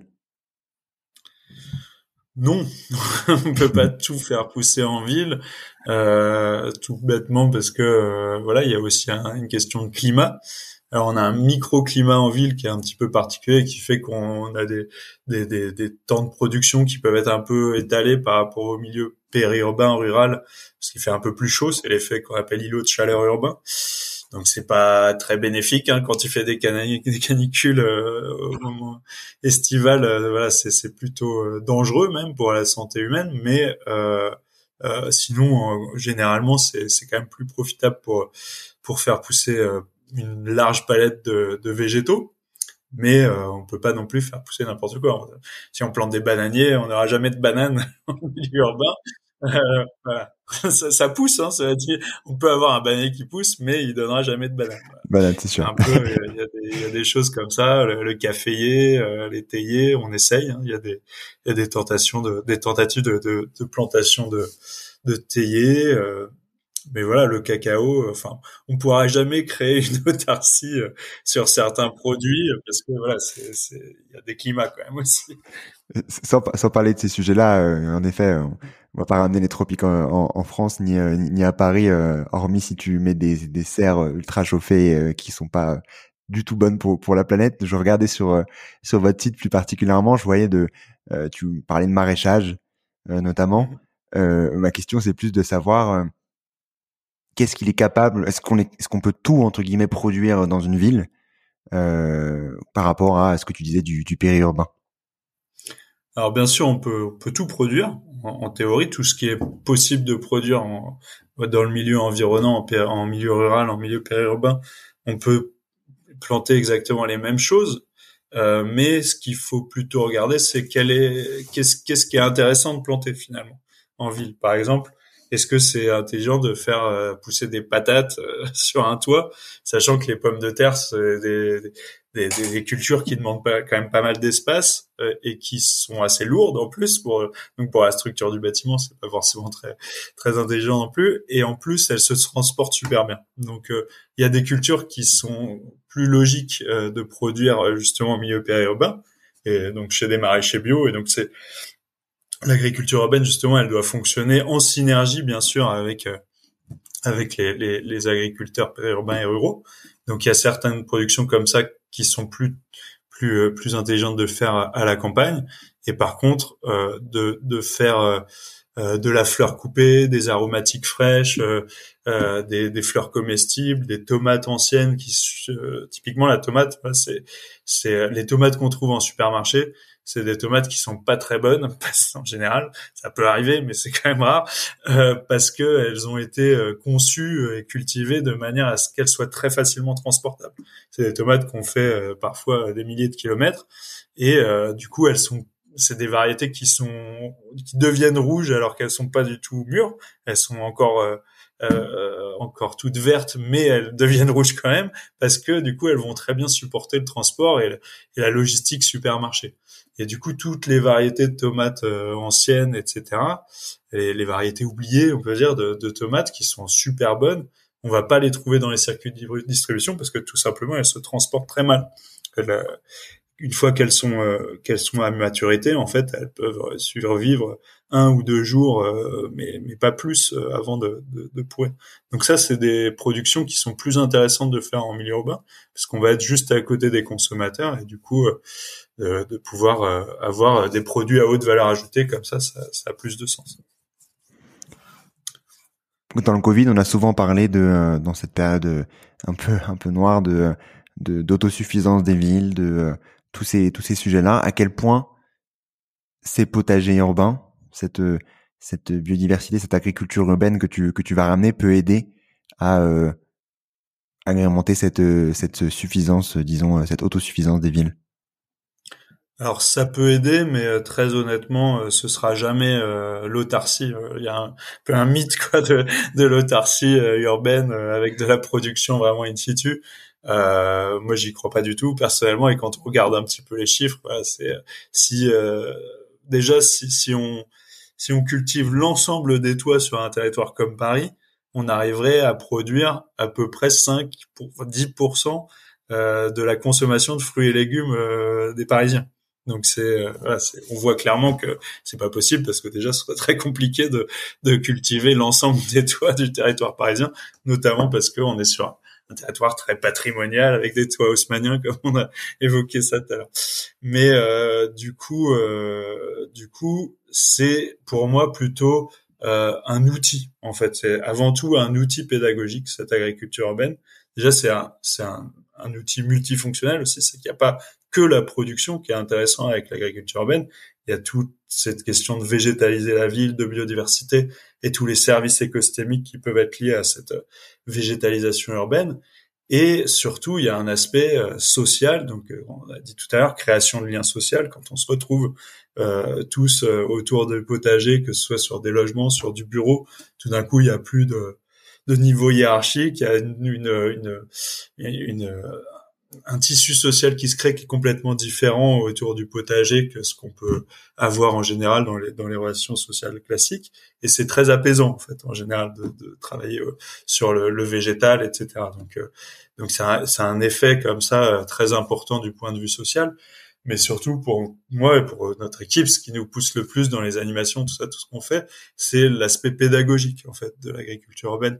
Non, on peut pas tout faire pousser en ville, euh, tout bêtement parce que euh, voilà, il y a aussi un, une question de climat. Alors on a un microclimat en ville qui est un petit peu particulier, qui fait qu'on a des, des, des, des temps de production qui peuvent être un peu étalés par rapport au milieu périurbain, rural, parce qu'il fait un peu plus chaud. C'est l'effet qu'on appelle îlot de chaleur urbain. Donc c'est pas très bénéfique hein, quand il fait des, cani- des canicules euh, au moment estival. Euh, voilà, c'est, c'est plutôt euh, dangereux même pour la santé humaine. Mais euh, euh, sinon, euh, généralement, c'est, c'est quand même plus profitable pour pour faire pousser euh, une large palette de, de végétaux. Mais euh, on peut pas non plus faire pousser n'importe quoi. Si on plante des bananiers, on n'aura jamais de bananes en milieu urbain. Euh, voilà. ça, ça pousse, hein, ça veut dire, on peut avoir un bananier qui pousse, mais il donnera jamais de banane. Voilà. Banane, c'est C'est sûr. un peu, il y a, des, il y a des choses comme ça, le, le caféier, euh, les théiers, on essaye. Hein, il y a des, il y a des tentations de, des tentatives de, de, de plantation de, de théiers. Euh, mais voilà, le cacao, enfin, on pourra jamais créer une autarcie euh, sur certains produits euh, parce que voilà, c'est, c'est, il y a des climats quand même aussi. Sans, sans parler de ces sujets-là, euh, en effet, euh, on va pas ramener les tropiques en, en, en France ni, euh, ni à Paris, euh, hormis si tu mets des, des serres euh, ultra chauffées euh, qui sont pas euh, du tout bonnes pour, pour la planète. Je regardais sur, euh, sur votre site plus particulièrement, je voyais de, euh, tu parlais de maraîchage euh, notamment. Mhm. Euh, ma question, c'est plus de savoir euh, qu'est-ce qu'il est capable, est-ce qu'on est, est-ce qu'on peut tout entre guillemets produire dans une ville euh, par rapport à ce que tu disais du, du périurbain. Alors bien sûr, on peut, on peut tout produire. En, en théorie, tout ce qui est possible de produire en, dans le milieu environnant, en, péri- en milieu rural, en milieu périurbain, on peut planter exactement les mêmes choses. Euh, mais ce qu'il faut plutôt regarder, c'est quel est, qu'est-ce, qu'est-ce qui est intéressant de planter finalement en ville. Par exemple, est-ce que c'est intelligent de faire euh, pousser des patates euh, sur un toit, sachant que les pommes de terre, c'est des, des, des, des cultures qui demandent pas, quand même pas mal d'espace euh, et qui sont assez lourdes en plus pour donc pour la structure du bâtiment, c'est pas forcément très très intelligent non plus. Et en plus, elles se transportent super bien. Donc euh, il y a des cultures qui sont plus logiques euh, de produire euh, justement au milieu périurbain et donc chez des maraîchers bio. Et donc c'est l'agriculture urbaine justement, elle doit fonctionner en synergie bien sûr avec euh, avec les, les, les agriculteurs périurbains et ruraux. Donc il y a certaines productions comme ça qui sont plus plus euh, plus intelligentes de faire à, à la campagne. Et par contre, euh, de de faire euh, euh, de la fleur coupée, des aromatiques fraîches, euh, euh, des, des fleurs comestibles, des tomates anciennes qui euh, typiquement la tomate, bah, c'est c'est les tomates qu'on trouve en supermarché, c'est des tomates qui sont pas très bonnes parce en général, ça peut arriver mais c'est quand même rare euh, parce que elles ont été euh, conçues et cultivées de manière à ce qu'elles soient très facilement transportables. C'est des tomates qu'on fait euh, parfois des milliers de kilomètres et euh, du coup elles sont c'est des variétés qui sont qui deviennent rouges alors qu'elles sont pas du tout mûres. Elles sont encore euh, euh, encore toutes vertes, mais elles deviennent rouges quand même parce que du coup elles vont très bien supporter le transport et, le, et la logistique supermarché. Et du coup toutes les variétés de tomates euh, anciennes, et cetera. Et les variétés oubliées, on peut dire, de, de tomates qui sont super bonnes, on va pas les trouver dans les circuits de distribution parce que tout simplement elles se transportent très mal. La, une fois qu'elles sont euh, qu'elles sont à maturité, en fait, elles peuvent survivre un ou deux jours, euh, mais mais pas plus euh, avant de, de, de pourrir. Donc ça, c'est des productions qui sont plus intéressantes de faire en milieu urbain, parce qu'on va être juste à côté des consommateurs et du coup euh, de, de pouvoir euh, avoir des produits à haute valeur ajoutée comme ça, ça, ça a plus de sens. Dans le Covid, on a souvent parlé de, euh, dans cette période euh, un peu un peu noire, de de d'autosuffisance des villes, de euh, tous ces tous ces sujets-là. À quel point ces potagers urbains, cette euh, cette biodiversité, cette agriculture urbaine que tu que tu vas ramener peut aider à euh, agrémenter cette euh, cette suffisance, euh, disons, euh, cette autosuffisance des villes. Alors ça peut aider, mais euh, très honnêtement, euh, ce sera jamais euh, l'autarcie. Euh, Il y a un peu un mythe quoi de, de l'autarcie euh, urbaine euh, avec de la production vraiment in situ. Euh, moi, j'y crois pas du tout personnellement. Et quand on regarde un petit peu les chiffres, voilà, c'est euh, si euh, déjà si, si on si on cultive l'ensemble des toits sur un territoire comme Paris, on arriverait à produire à peu près cinq pour dix pour cent euh, de la consommation de fruits et légumes euh, des Parisiens. Donc c'est, euh, voilà, c'est, on voit clairement que c'est pas possible parce que déjà ce serait très compliqué de, de cultiver l'ensemble des toits du territoire parisien, notamment parce qu'on est sur un territoire très patrimonial avec des toits haussmanniens comme on a évoqué ça tout à l'heure. Mais euh, du coup, euh, du coup, c'est pour moi plutôt euh, un outil en fait. C'est avant tout un outil pédagogique cette agriculture urbaine. Déjà c'est un, c'est un, un outil multifonctionnel aussi, c'est qu'il n'y a pas que la production qui est intéressant avec l'agriculture urbaine. Il y a toute cette question de végétaliser la ville, de biodiversité et tous les services écosystémiques qui peuvent être liés à cette végétalisation urbaine. Et surtout, il y a un aspect euh, social. Donc, euh, on a dit tout à l'heure, création de liens sociaux. Quand on se retrouve euh, tous euh, autour de potager, que ce soit sur des logements, sur du bureau, tout d'un coup, il y a plus de, de niveau hiérarchique. Il y a une, une, une, une un tissu social qui se crée qui est complètement différent autour du potager que ce qu'on peut avoir en général dans les dans les relations sociales classiques, et c'est très apaisant en fait en général de, de travailler euh, sur le, le végétal, et cetera. Donc euh, donc c'est un, c'est un effet comme ça euh, très important du point de vue social, mais surtout pour moi et pour notre équipe, ce qui nous pousse le plus dans les animations, tout ça, tout ce qu'on fait, c'est l'aspect pédagogique en fait de l'agriculture urbaine.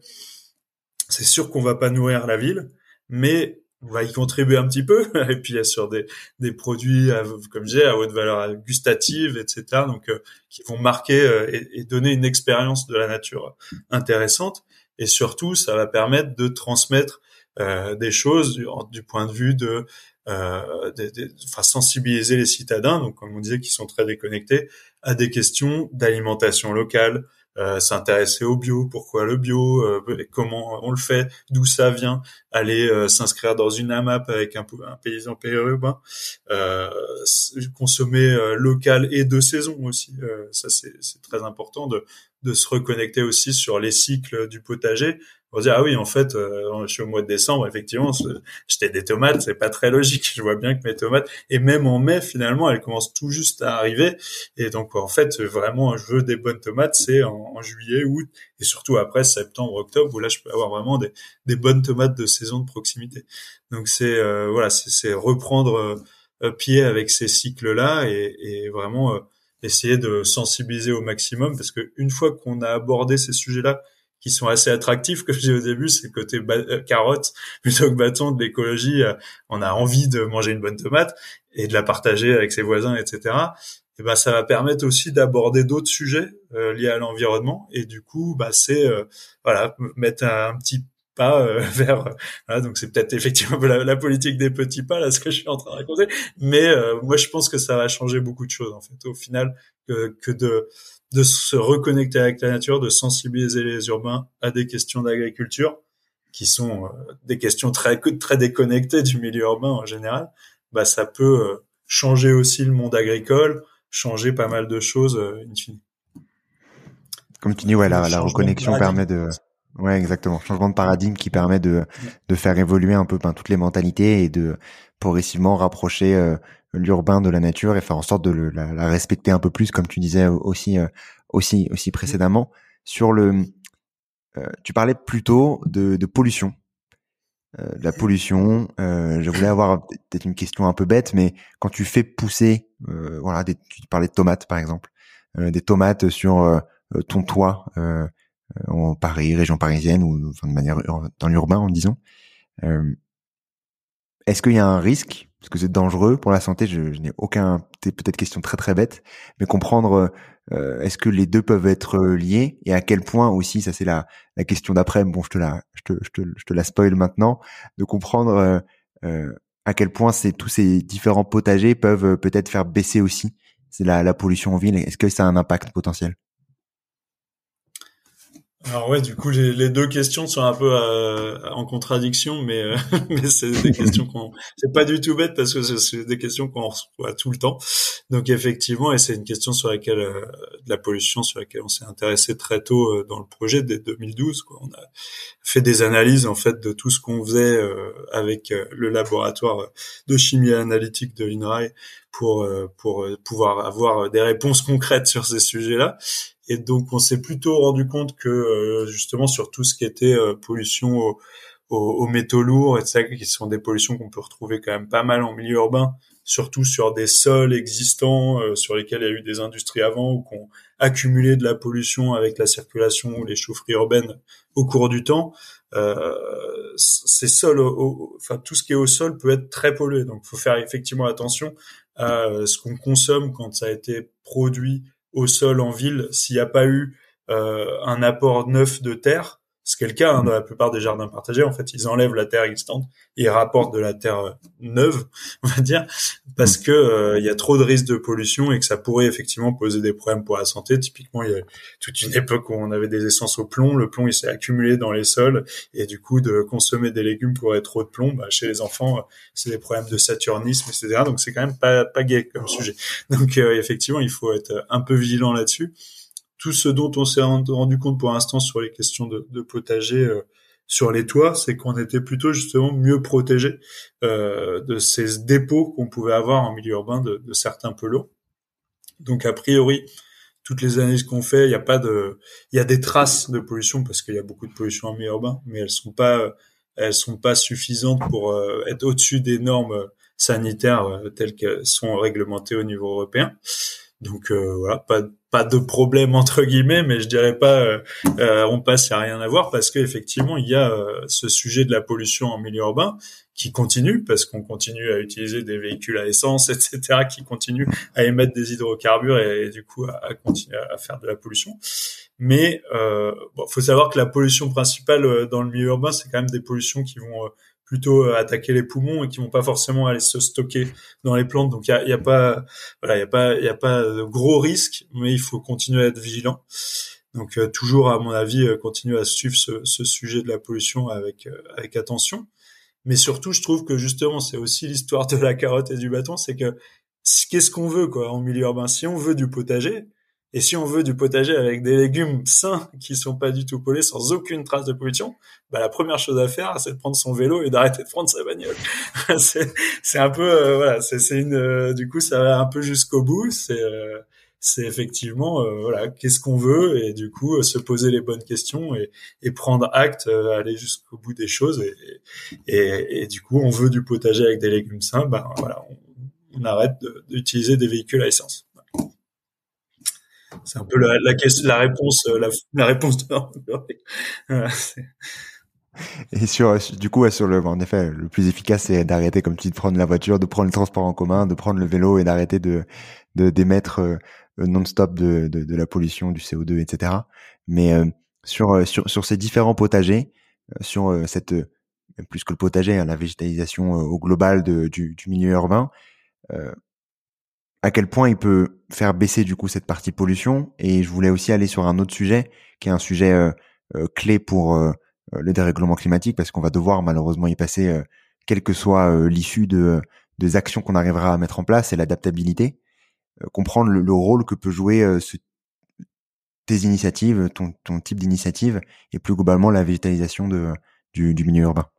C'est sûr qu'on va pas nourrir la ville, mais on va y contribuer un petit peu, et puis il y a sur des des produits, à, comme je disais, à haute valeur gustative, et cetera. Donc euh, qui vont marquer euh, et, et donner une expérience de la nature intéressante. Et surtout, ça va permettre de transmettre euh, des choses du, du point de vue de, euh, de, de, enfin sensibiliser les citadins. Donc comme on disait, qui sont très déconnectés à des questions d'alimentation locale. Euh, s'intéresser au bio, pourquoi le bio, euh, comment on le fait, d'où ça vient, aller euh, s'inscrire dans une AMAP avec un, un paysan périurbain, euh, consommer euh, local et de saison aussi. Euh, ça c'est, c'est très important de, de se reconnecter aussi sur les cycles du potager. On va dire ah oui en fait euh, je suis au mois de décembre, effectivement j'étais des tomates, c'est pas très logique, je vois bien que mes tomates, et même en mai finalement elles commencent tout juste à arriver, et donc en fait vraiment je veux des bonnes tomates c'est en, en juillet, août, et surtout après septembre, octobre, où là je peux avoir vraiment des, des bonnes tomates de saison de proximité. Donc c'est euh, voilà c'est, c'est reprendre euh, pied avec ces cycles là, et, et vraiment euh, essayer de sensibiliser au maximum, parce que une fois qu'on a abordé ces sujets là qui sont assez attractifs, comme je disais au début, c'est le côté ba- euh, carotte plutôt que bâton de l'écologie. Euh, on a envie de manger une bonne tomate et de la partager avec ses voisins, et cetera. Et ben ça va permettre aussi d'aborder d'autres sujets euh, liés à l'environnement. Et du coup, bah c'est euh, voilà mettre un, un petit pas euh, vers. Euh, voilà, donc c'est peut-être effectivement la, la politique des petits pas là, ce que je suis en train de raconter. Mais euh, moi, je pense que ça va changer beaucoup de choses en fait. Au final, que, que de de se reconnecter avec la nature, de sensibiliser les urbains à des questions d'agriculture, qui sont euh, des questions très très déconnectées du milieu urbain en général, bah ça peut euh, changer aussi le monde agricole, changer pas mal de choses euh, in fine. Comme tu dis, ouais, la, la reconnexion permet de, ouais, exactement, changement de paradigme qui permet de de faire évoluer un peu ben, toutes les mentalités et de progressivement rapprocher euh, l'urbain de la nature et faire en sorte de le, la, la respecter un peu plus, comme tu disais aussi euh, aussi aussi précédemment. Sur le, euh, tu parlais plutôt de, de pollution, euh, de la pollution. Euh, je voulais avoir peut-être une question un peu bête, mais quand tu fais pousser, euh, voilà, des, tu parlais de tomates par exemple, euh, des tomates sur euh, ton toit euh, en Paris, région parisienne, ou enfin de manière dans l'urbain, en disant. Euh, Est-ce qu'il y a un risque, parce que c'est dangereux pour la santé? Je, je n'ai aucun, peut-être question très très bête, mais comprendre euh, est-ce que les deux peuvent être liés, et à quel point aussi, ça c'est la, la question d'après. Bon, je te la, je te, je te, je te la spoil maintenant, de comprendre euh, euh, à quel point c'est tous ces différents potagers peuvent euh, peut-être faire baisser aussi c'est la, la pollution en ville. Est-ce que ça a un impact potentiel? Alors ouais, du coup, les, les deux questions sont un peu euh, en contradiction, mais euh, mais c'est des questions qu'on, c'est pas du tout bête parce que c'est, c'est des questions qu'on reçoit tout le temps. Donc effectivement, et c'est une question sur laquelle euh, de la pollution sur laquelle on s'est intéressé très tôt euh, dans le projet dès deux mille douze, quoi. On a fait des analyses en fait de tout ce qu'on faisait euh, avec euh, le laboratoire de chimie analytique de l'INRAE pour euh, pour euh, pouvoir avoir des réponses concrètes sur ces sujets-là. Et donc, on s'est plutôt rendu compte que euh, justement sur tout ce qui était euh, pollution aux, aux, aux métaux lourds, et cetera, qui sont des pollutions qu'on peut retrouver quand même pas mal en milieu urbain, surtout sur des sols existants euh, sur lesquels il y a eu des industries avant ou qui ont accumulé de la pollution avec la circulation ou les chaufferies urbaines au cours du temps. Euh, ces sols, au, au, enfin tout ce qui est au sol peut être très pollué. Donc, il faut faire effectivement attention à ce qu'on consomme quand ça a été produit au sol en ville, s'il n'y a pas eu euh, un apport neuf de terre, ce qui est le cas hein, dans la plupart des jardins partagés, en fait, ils enlèvent la terre existante et ils rapportent de la terre neuve, on va dire, parce que euh, il y a trop de risques de pollution et que ça pourrait effectivement poser des problèmes pour la santé. Typiquement, il y a toute une époque où on avait des essences au plomb, le plomb il s'est accumulé dans les sols et du coup de consommer des légumes pour être trop de plomb, bah, chez les enfants, c'est des problèmes de saturnisme, et cetera. Donc c'est quand même pas pas gai comme sujet. Donc euh, effectivement, il faut être un peu vigilant là-dessus. Tout ce dont on s'est rendu compte pour l'instant sur les questions de, de potager euh, sur les toits, c'est qu'on était plutôt justement mieux protégés euh, de ces dépôts qu'on pouvait avoir en milieu urbain de, de certains pelots. Donc a priori, toutes les analyses qu'on fait, il y a pas de, il y a des traces de pollution parce qu'il y a beaucoup de pollution en milieu urbain, mais elles sont pas, elles sont pas suffisantes pour euh, être au-dessus des normes sanitaires euh, telles qu'elles sont réglementées au niveau européen. Donc euh, voilà, pas pas de problème entre guillemets, mais je dirais pas euh, euh, on passe, il y a rien à voir parce que effectivement il y a euh, ce sujet de la pollution en milieu urbain qui continue parce qu'on continue à utiliser des véhicules à essence, et cetera, qui continuent à émettre des hydrocarbures et, et du coup à, à continuer à faire de la pollution. Mais euh, bon, faut savoir que la pollution principale dans le milieu urbain, c'est quand même des pollutions qui vont euh, plutôt attaquer les poumons et qui vont pas forcément aller se stocker dans les plantes. Donc il y a, y a pas, voilà, il y a pas, il y a pas de gros risques, mais il faut continuer à être vigilant. Donc euh, toujours, à mon avis, euh, continuer à suivre ce, ce sujet de la pollution avec euh, avec attention. Mais surtout, je trouve que justement, c'est aussi l'histoire de la carotte et du bâton, c'est que qu'est-ce qu'on veut quoi en milieu urbain? Si on veut du potager, et si on veut du potager avec des légumes sains qui sont pas du tout pollués, sans aucune trace de pollution, bah la première chose à faire, c'est de prendre son vélo et d'arrêter de prendre sa bagnole. c'est, c'est un peu, euh, voilà, c'est, c'est une, euh, du coup, ça va un peu jusqu'au bout. C'est, euh, c'est effectivement, euh, voilà, qu'est-ce qu'on veut et du coup, euh, se poser les bonnes questions et, et prendre acte, euh, aller jusqu'au bout des choses. Et, et, et du coup, on veut du potager avec des légumes sains, bah voilà, on, on arrête de, d'utiliser des véhicules à essence. C'est un peu la, la, question, la réponse, la, la réponse de. Voilà, c'est... Et sur, du coup, sur le, en effet, le plus efficace, c'est d'arrêter, comme tu dis, de prendre la voiture, de prendre le transport en commun, de prendre le vélo et d'arrêter de, de d'émettre euh, non-stop de, de, de la pollution, du C O deux, et cetera. Mais euh, sur, sur, sur ces différents potagers, euh, sur euh, cette, euh, plus que le potager, hein, la végétalisation euh, au global de, du, du milieu urbain, euh, à quel point il peut faire baisser du coup cette partie pollution. Et je voulais aussi aller sur un autre sujet, qui est un sujet euh, euh, clé pour euh, le dérèglement climatique, parce qu'on va devoir malheureusement y passer, euh, quelle que soit euh, l'issue de des actions qu'on arrivera à mettre en place, et l'adaptabilité, euh, comprendre le, le rôle que peut jouer euh, ce, tes initiatives, ton, ton type d'initiative, et plus globalement la végétalisation de, du, du milieu urbain.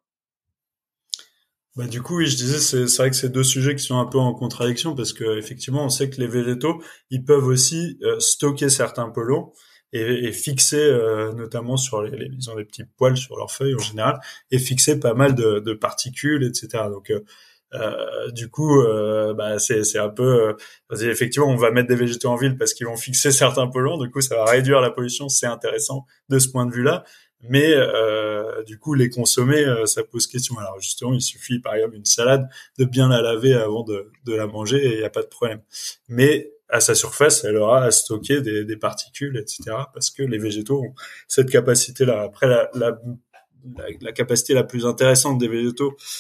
Bah du coup oui, je disais c'est c'est vrai que c'est deux sujets qui sont un peu en contradiction parce que effectivement on sait que les végétaux ils peuvent aussi euh, stocker certains polluants et, et fixer euh, notamment sur les, les ils ont des petits poils sur leurs feuilles en général et fixer pas mal de, de particules, et cetera. Donc euh, euh, du coup euh, bah c'est c'est un peu euh, effectivement on va mettre des végétaux en ville parce qu'ils vont fixer certains polluants, du coup ça va réduire la pollution, c'est intéressant de ce point de vue là. Mais euh, du coup, les consommer, euh, ça pose question. Alors justement, il suffit, par exemple, une salade, de bien la laver avant de, de la manger et il n'y a pas de problème. Mais à sa surface, elle aura à stocker des, des particules, et cetera. Parce que les végétaux ont cette capacité-là. Après, la, la, la, la capacité la plus intéressante des végétaux,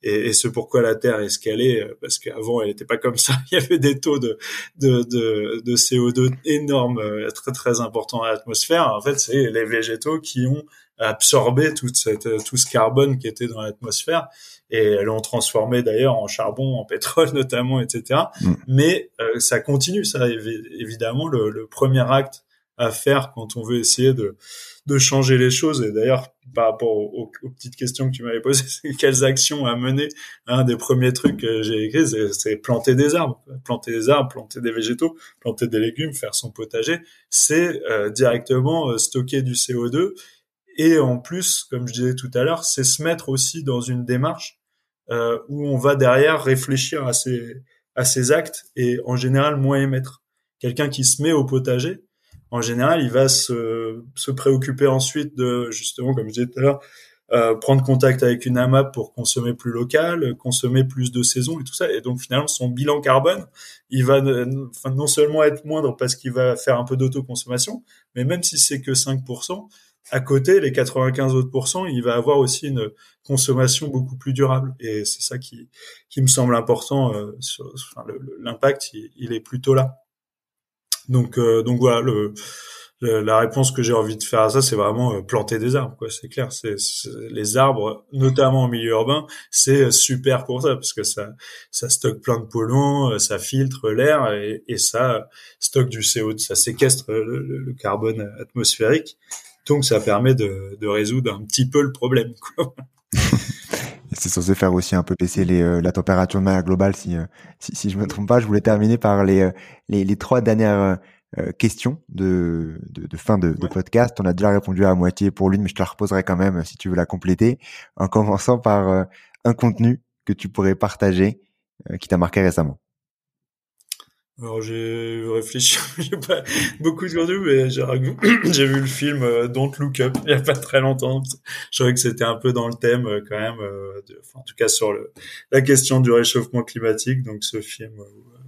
et, et c'est pourquoi la Terre est ce qu'elle est, parce qu'avant elle n'était pas comme ça. Il y avait des taux de de de, de C O deux énormes, très très importants dans l'atmosphère. En fait, c'est les végétaux qui ont absorbé toute cette tout ce carbone qui était dans l'atmosphère et l'ont transformé d'ailleurs en charbon, en pétrole notamment, et cetera. Mmh. Mais euh, ça continue, ça évidemment le, le premier acte à faire quand on veut essayer de de changer les choses. Et d'ailleurs, par rapport aux, aux petites questions que tu m'avais posées, c'est quelles actions à mener. Un des premiers trucs que j'ai écrit, c'est, c'est planter des arbres, planter des arbres, planter des végétaux, planter des légumes, faire son potager. C'est euh, directement euh, stocker du C O deux. Et en plus, comme je disais tout à l'heure, c'est se mettre aussi dans une démarche euh, où on va derrière réfléchir à ses à ses actes et en général moins émettre. Quelqu'un qui se met au potager, en général, il va se, se préoccuper ensuite de, justement, comme je disais tout à l'heure, euh, prendre contact avec une AMAP pour consommer plus local, consommer plus de saison et tout ça. Et donc, finalement, son bilan carbone, il va enfin, non seulement être moindre parce qu'il va faire un peu d'autoconsommation, mais même si c'est que cinq pour cent, à côté, les quatre-vingt-quinze autres pourcents, il va avoir aussi une consommation beaucoup plus durable. Et c'est ça qui, qui me semble important. Euh, sur, enfin, le, l'impact, il, il est plutôt là. Donc, euh, donc voilà, le, le, la réponse que j'ai envie de faire à ça, c'est vraiment euh, planter des arbres, quoi. C'est clair. C'est, c'est les arbres, notamment en milieu urbain, c'est super pour ça parce que ça, ça stocke plein de polluants, ça filtre l'air et, et ça stocke du C O deux, ça séquestre le, le, le carbone atmosphérique. Donc, ça permet de, de résoudre un petit peu le problème, quoi. C'est censé faire aussi un peu baisser les, euh, la température de manière globale, si, euh, si, si je me trompe pas. Je voulais terminer par les, euh, les, les trois dernières euh, questions de, de, de fin de, ouais. de podcast. On a déjà répondu à moitié pour l'une, mais je te la reposerai quand même si tu veux la compléter. En commençant par euh, un contenu que tu pourrais partager euh, qui t'a marqué récemment. Alors j'ai réfléchi, j'ai pas beaucoup de contenu, mais j'ai, j'ai vu le film euh, Don't Look Up il y a pas très longtemps. Je trouvais que c'était un peu dans le thème euh, quand même, euh, de, enfin, en tout cas sur le, la question du réchauffement climatique. Donc ce film où,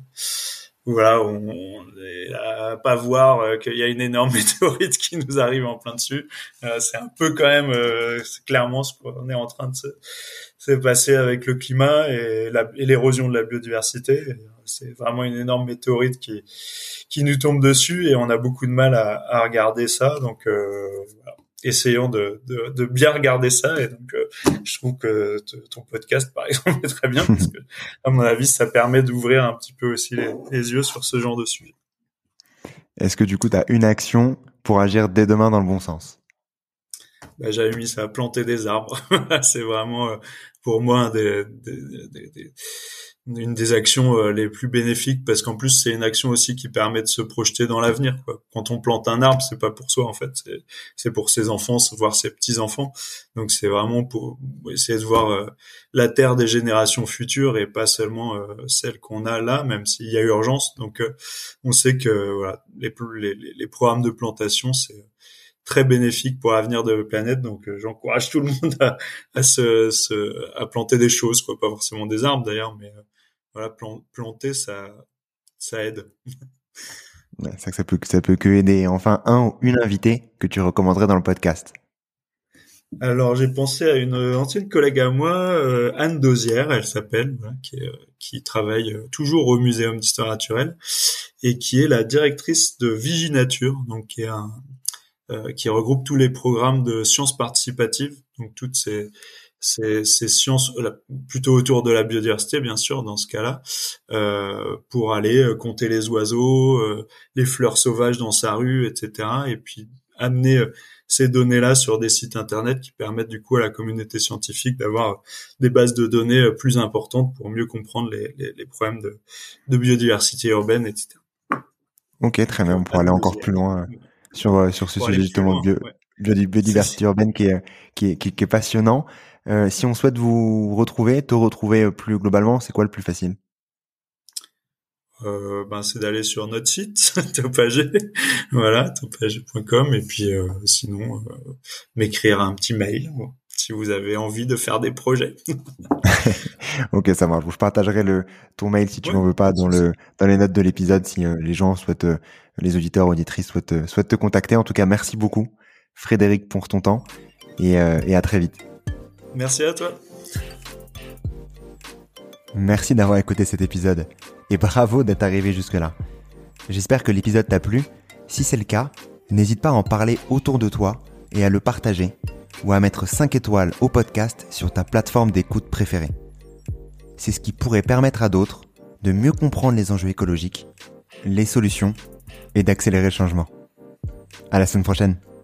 où voilà, on, on est à pas voir euh, qu'il y a une énorme météorite qui nous arrive en plein dessus. Euh, c'est un peu quand même, euh, c'est clairement ce qu'on est en train de se, se passer avec le climat et, la, et l'érosion de la biodiversité. Et, c'est vraiment une énorme météorite qui qui nous tombe dessus et on a beaucoup de mal à, à regarder ça. Donc, euh, voilà. Essayons de, de de bien regarder ça. Et donc, euh, je trouve que t- ton podcast, par exemple, est très bien parce que, à mon avis, ça permet d'ouvrir un petit peu aussi les, les yeux sur ce genre de sujet. Est-ce que du coup, tu as une action pour agir dès demain dans le bon sens? Bah, j'avais mis ça à planter des arbres. C'est vraiment euh, pour moi un des, des, des, des une des actions euh, les plus bénéfiques parce qu'en plus c'est une action aussi qui permet de se projeter dans l'avenir, quoi. Quand on plante un arbre, c'est pas pour soi en fait, c'est c'est pour ses enfants, voire ses petits enfants. Donc c'est vraiment pour essayer de voir euh, la terre des générations futures et pas seulement euh, celle qu'on a là, même s'il y a urgence. Donc euh, on sait que voilà, les, les les programmes de plantation c'est très bénéfique pour l'avenir de la planète. Donc euh, j'encourage tout le monde à, à se, se à planter des choses, quoi, pas forcément des arbres d'ailleurs, mais euh, voilà, plan, planter ça ça aide. Ouais, c'est ça que ça peut ça peut que aider. Enfin, un ou une invitée que tu recommanderais dans le podcast. Alors j'ai pensé à une ancienne collègue à moi, euh, Anne Dosière, elle s'appelle, voilà, qui, est, qui travaille toujours au Muséum d'Histoire naturelle et qui est la directrice de Viginature, donc qui est un Euh, qui regroupe tous les programmes de sciences participatives, donc toutes ces ces, ces sciences là, plutôt autour de la biodiversité bien sûr dans ce cas-là, euh, pour aller euh, compter les oiseaux, euh, les fleurs sauvages dans sa rue, et cetera. Et puis amener euh, ces données-là sur des sites internet qui permettent du coup à la communauté scientifique d'avoir des bases de données euh, plus importantes pour mieux comprendre les, les, les problèmes de, de biodiversité urbaine, et cetera. Ok, très bien. On pourra aller encore plus loin sur sur ce sujet justement de ouais. biodiversité urbaine qui est qui est qui est, qui est passionnant. Euh, si on souhaite vous retrouver, te retrouver plus globalement, c'est quoi le plus facile? Euh, ben c'est d'aller sur notre site Topagé, voilà, topagé point com, et puis euh, sinon euh, m'écrire un petit mail bon, si vous avez envie de faire des projets. Ok, ça marche. Je partagerai le ton mail si tu ouais, n'en veux pas dans le dans les notes de l'épisode si euh, les gens souhaitent euh, les auditeurs auditrices souhaitent euh, souhaitent te contacter. En tout cas, merci beaucoup Frédéric pour ton temps et euh, et à très vite. Merci à toi. Merci d'avoir écouté cet épisode et bravo d'être arrivé jusque-là. J'espère que l'épisode t'a plu. Si c'est le cas, n'hésite pas à en parler autour de toi et à le partager ou à mettre cinq étoiles au podcast sur ta plateforme d'écoute préférée. C'est ce qui pourrait permettre à d'autres de mieux comprendre les enjeux écologiques, les solutions et d'accélérer le changement. À la semaine prochaine.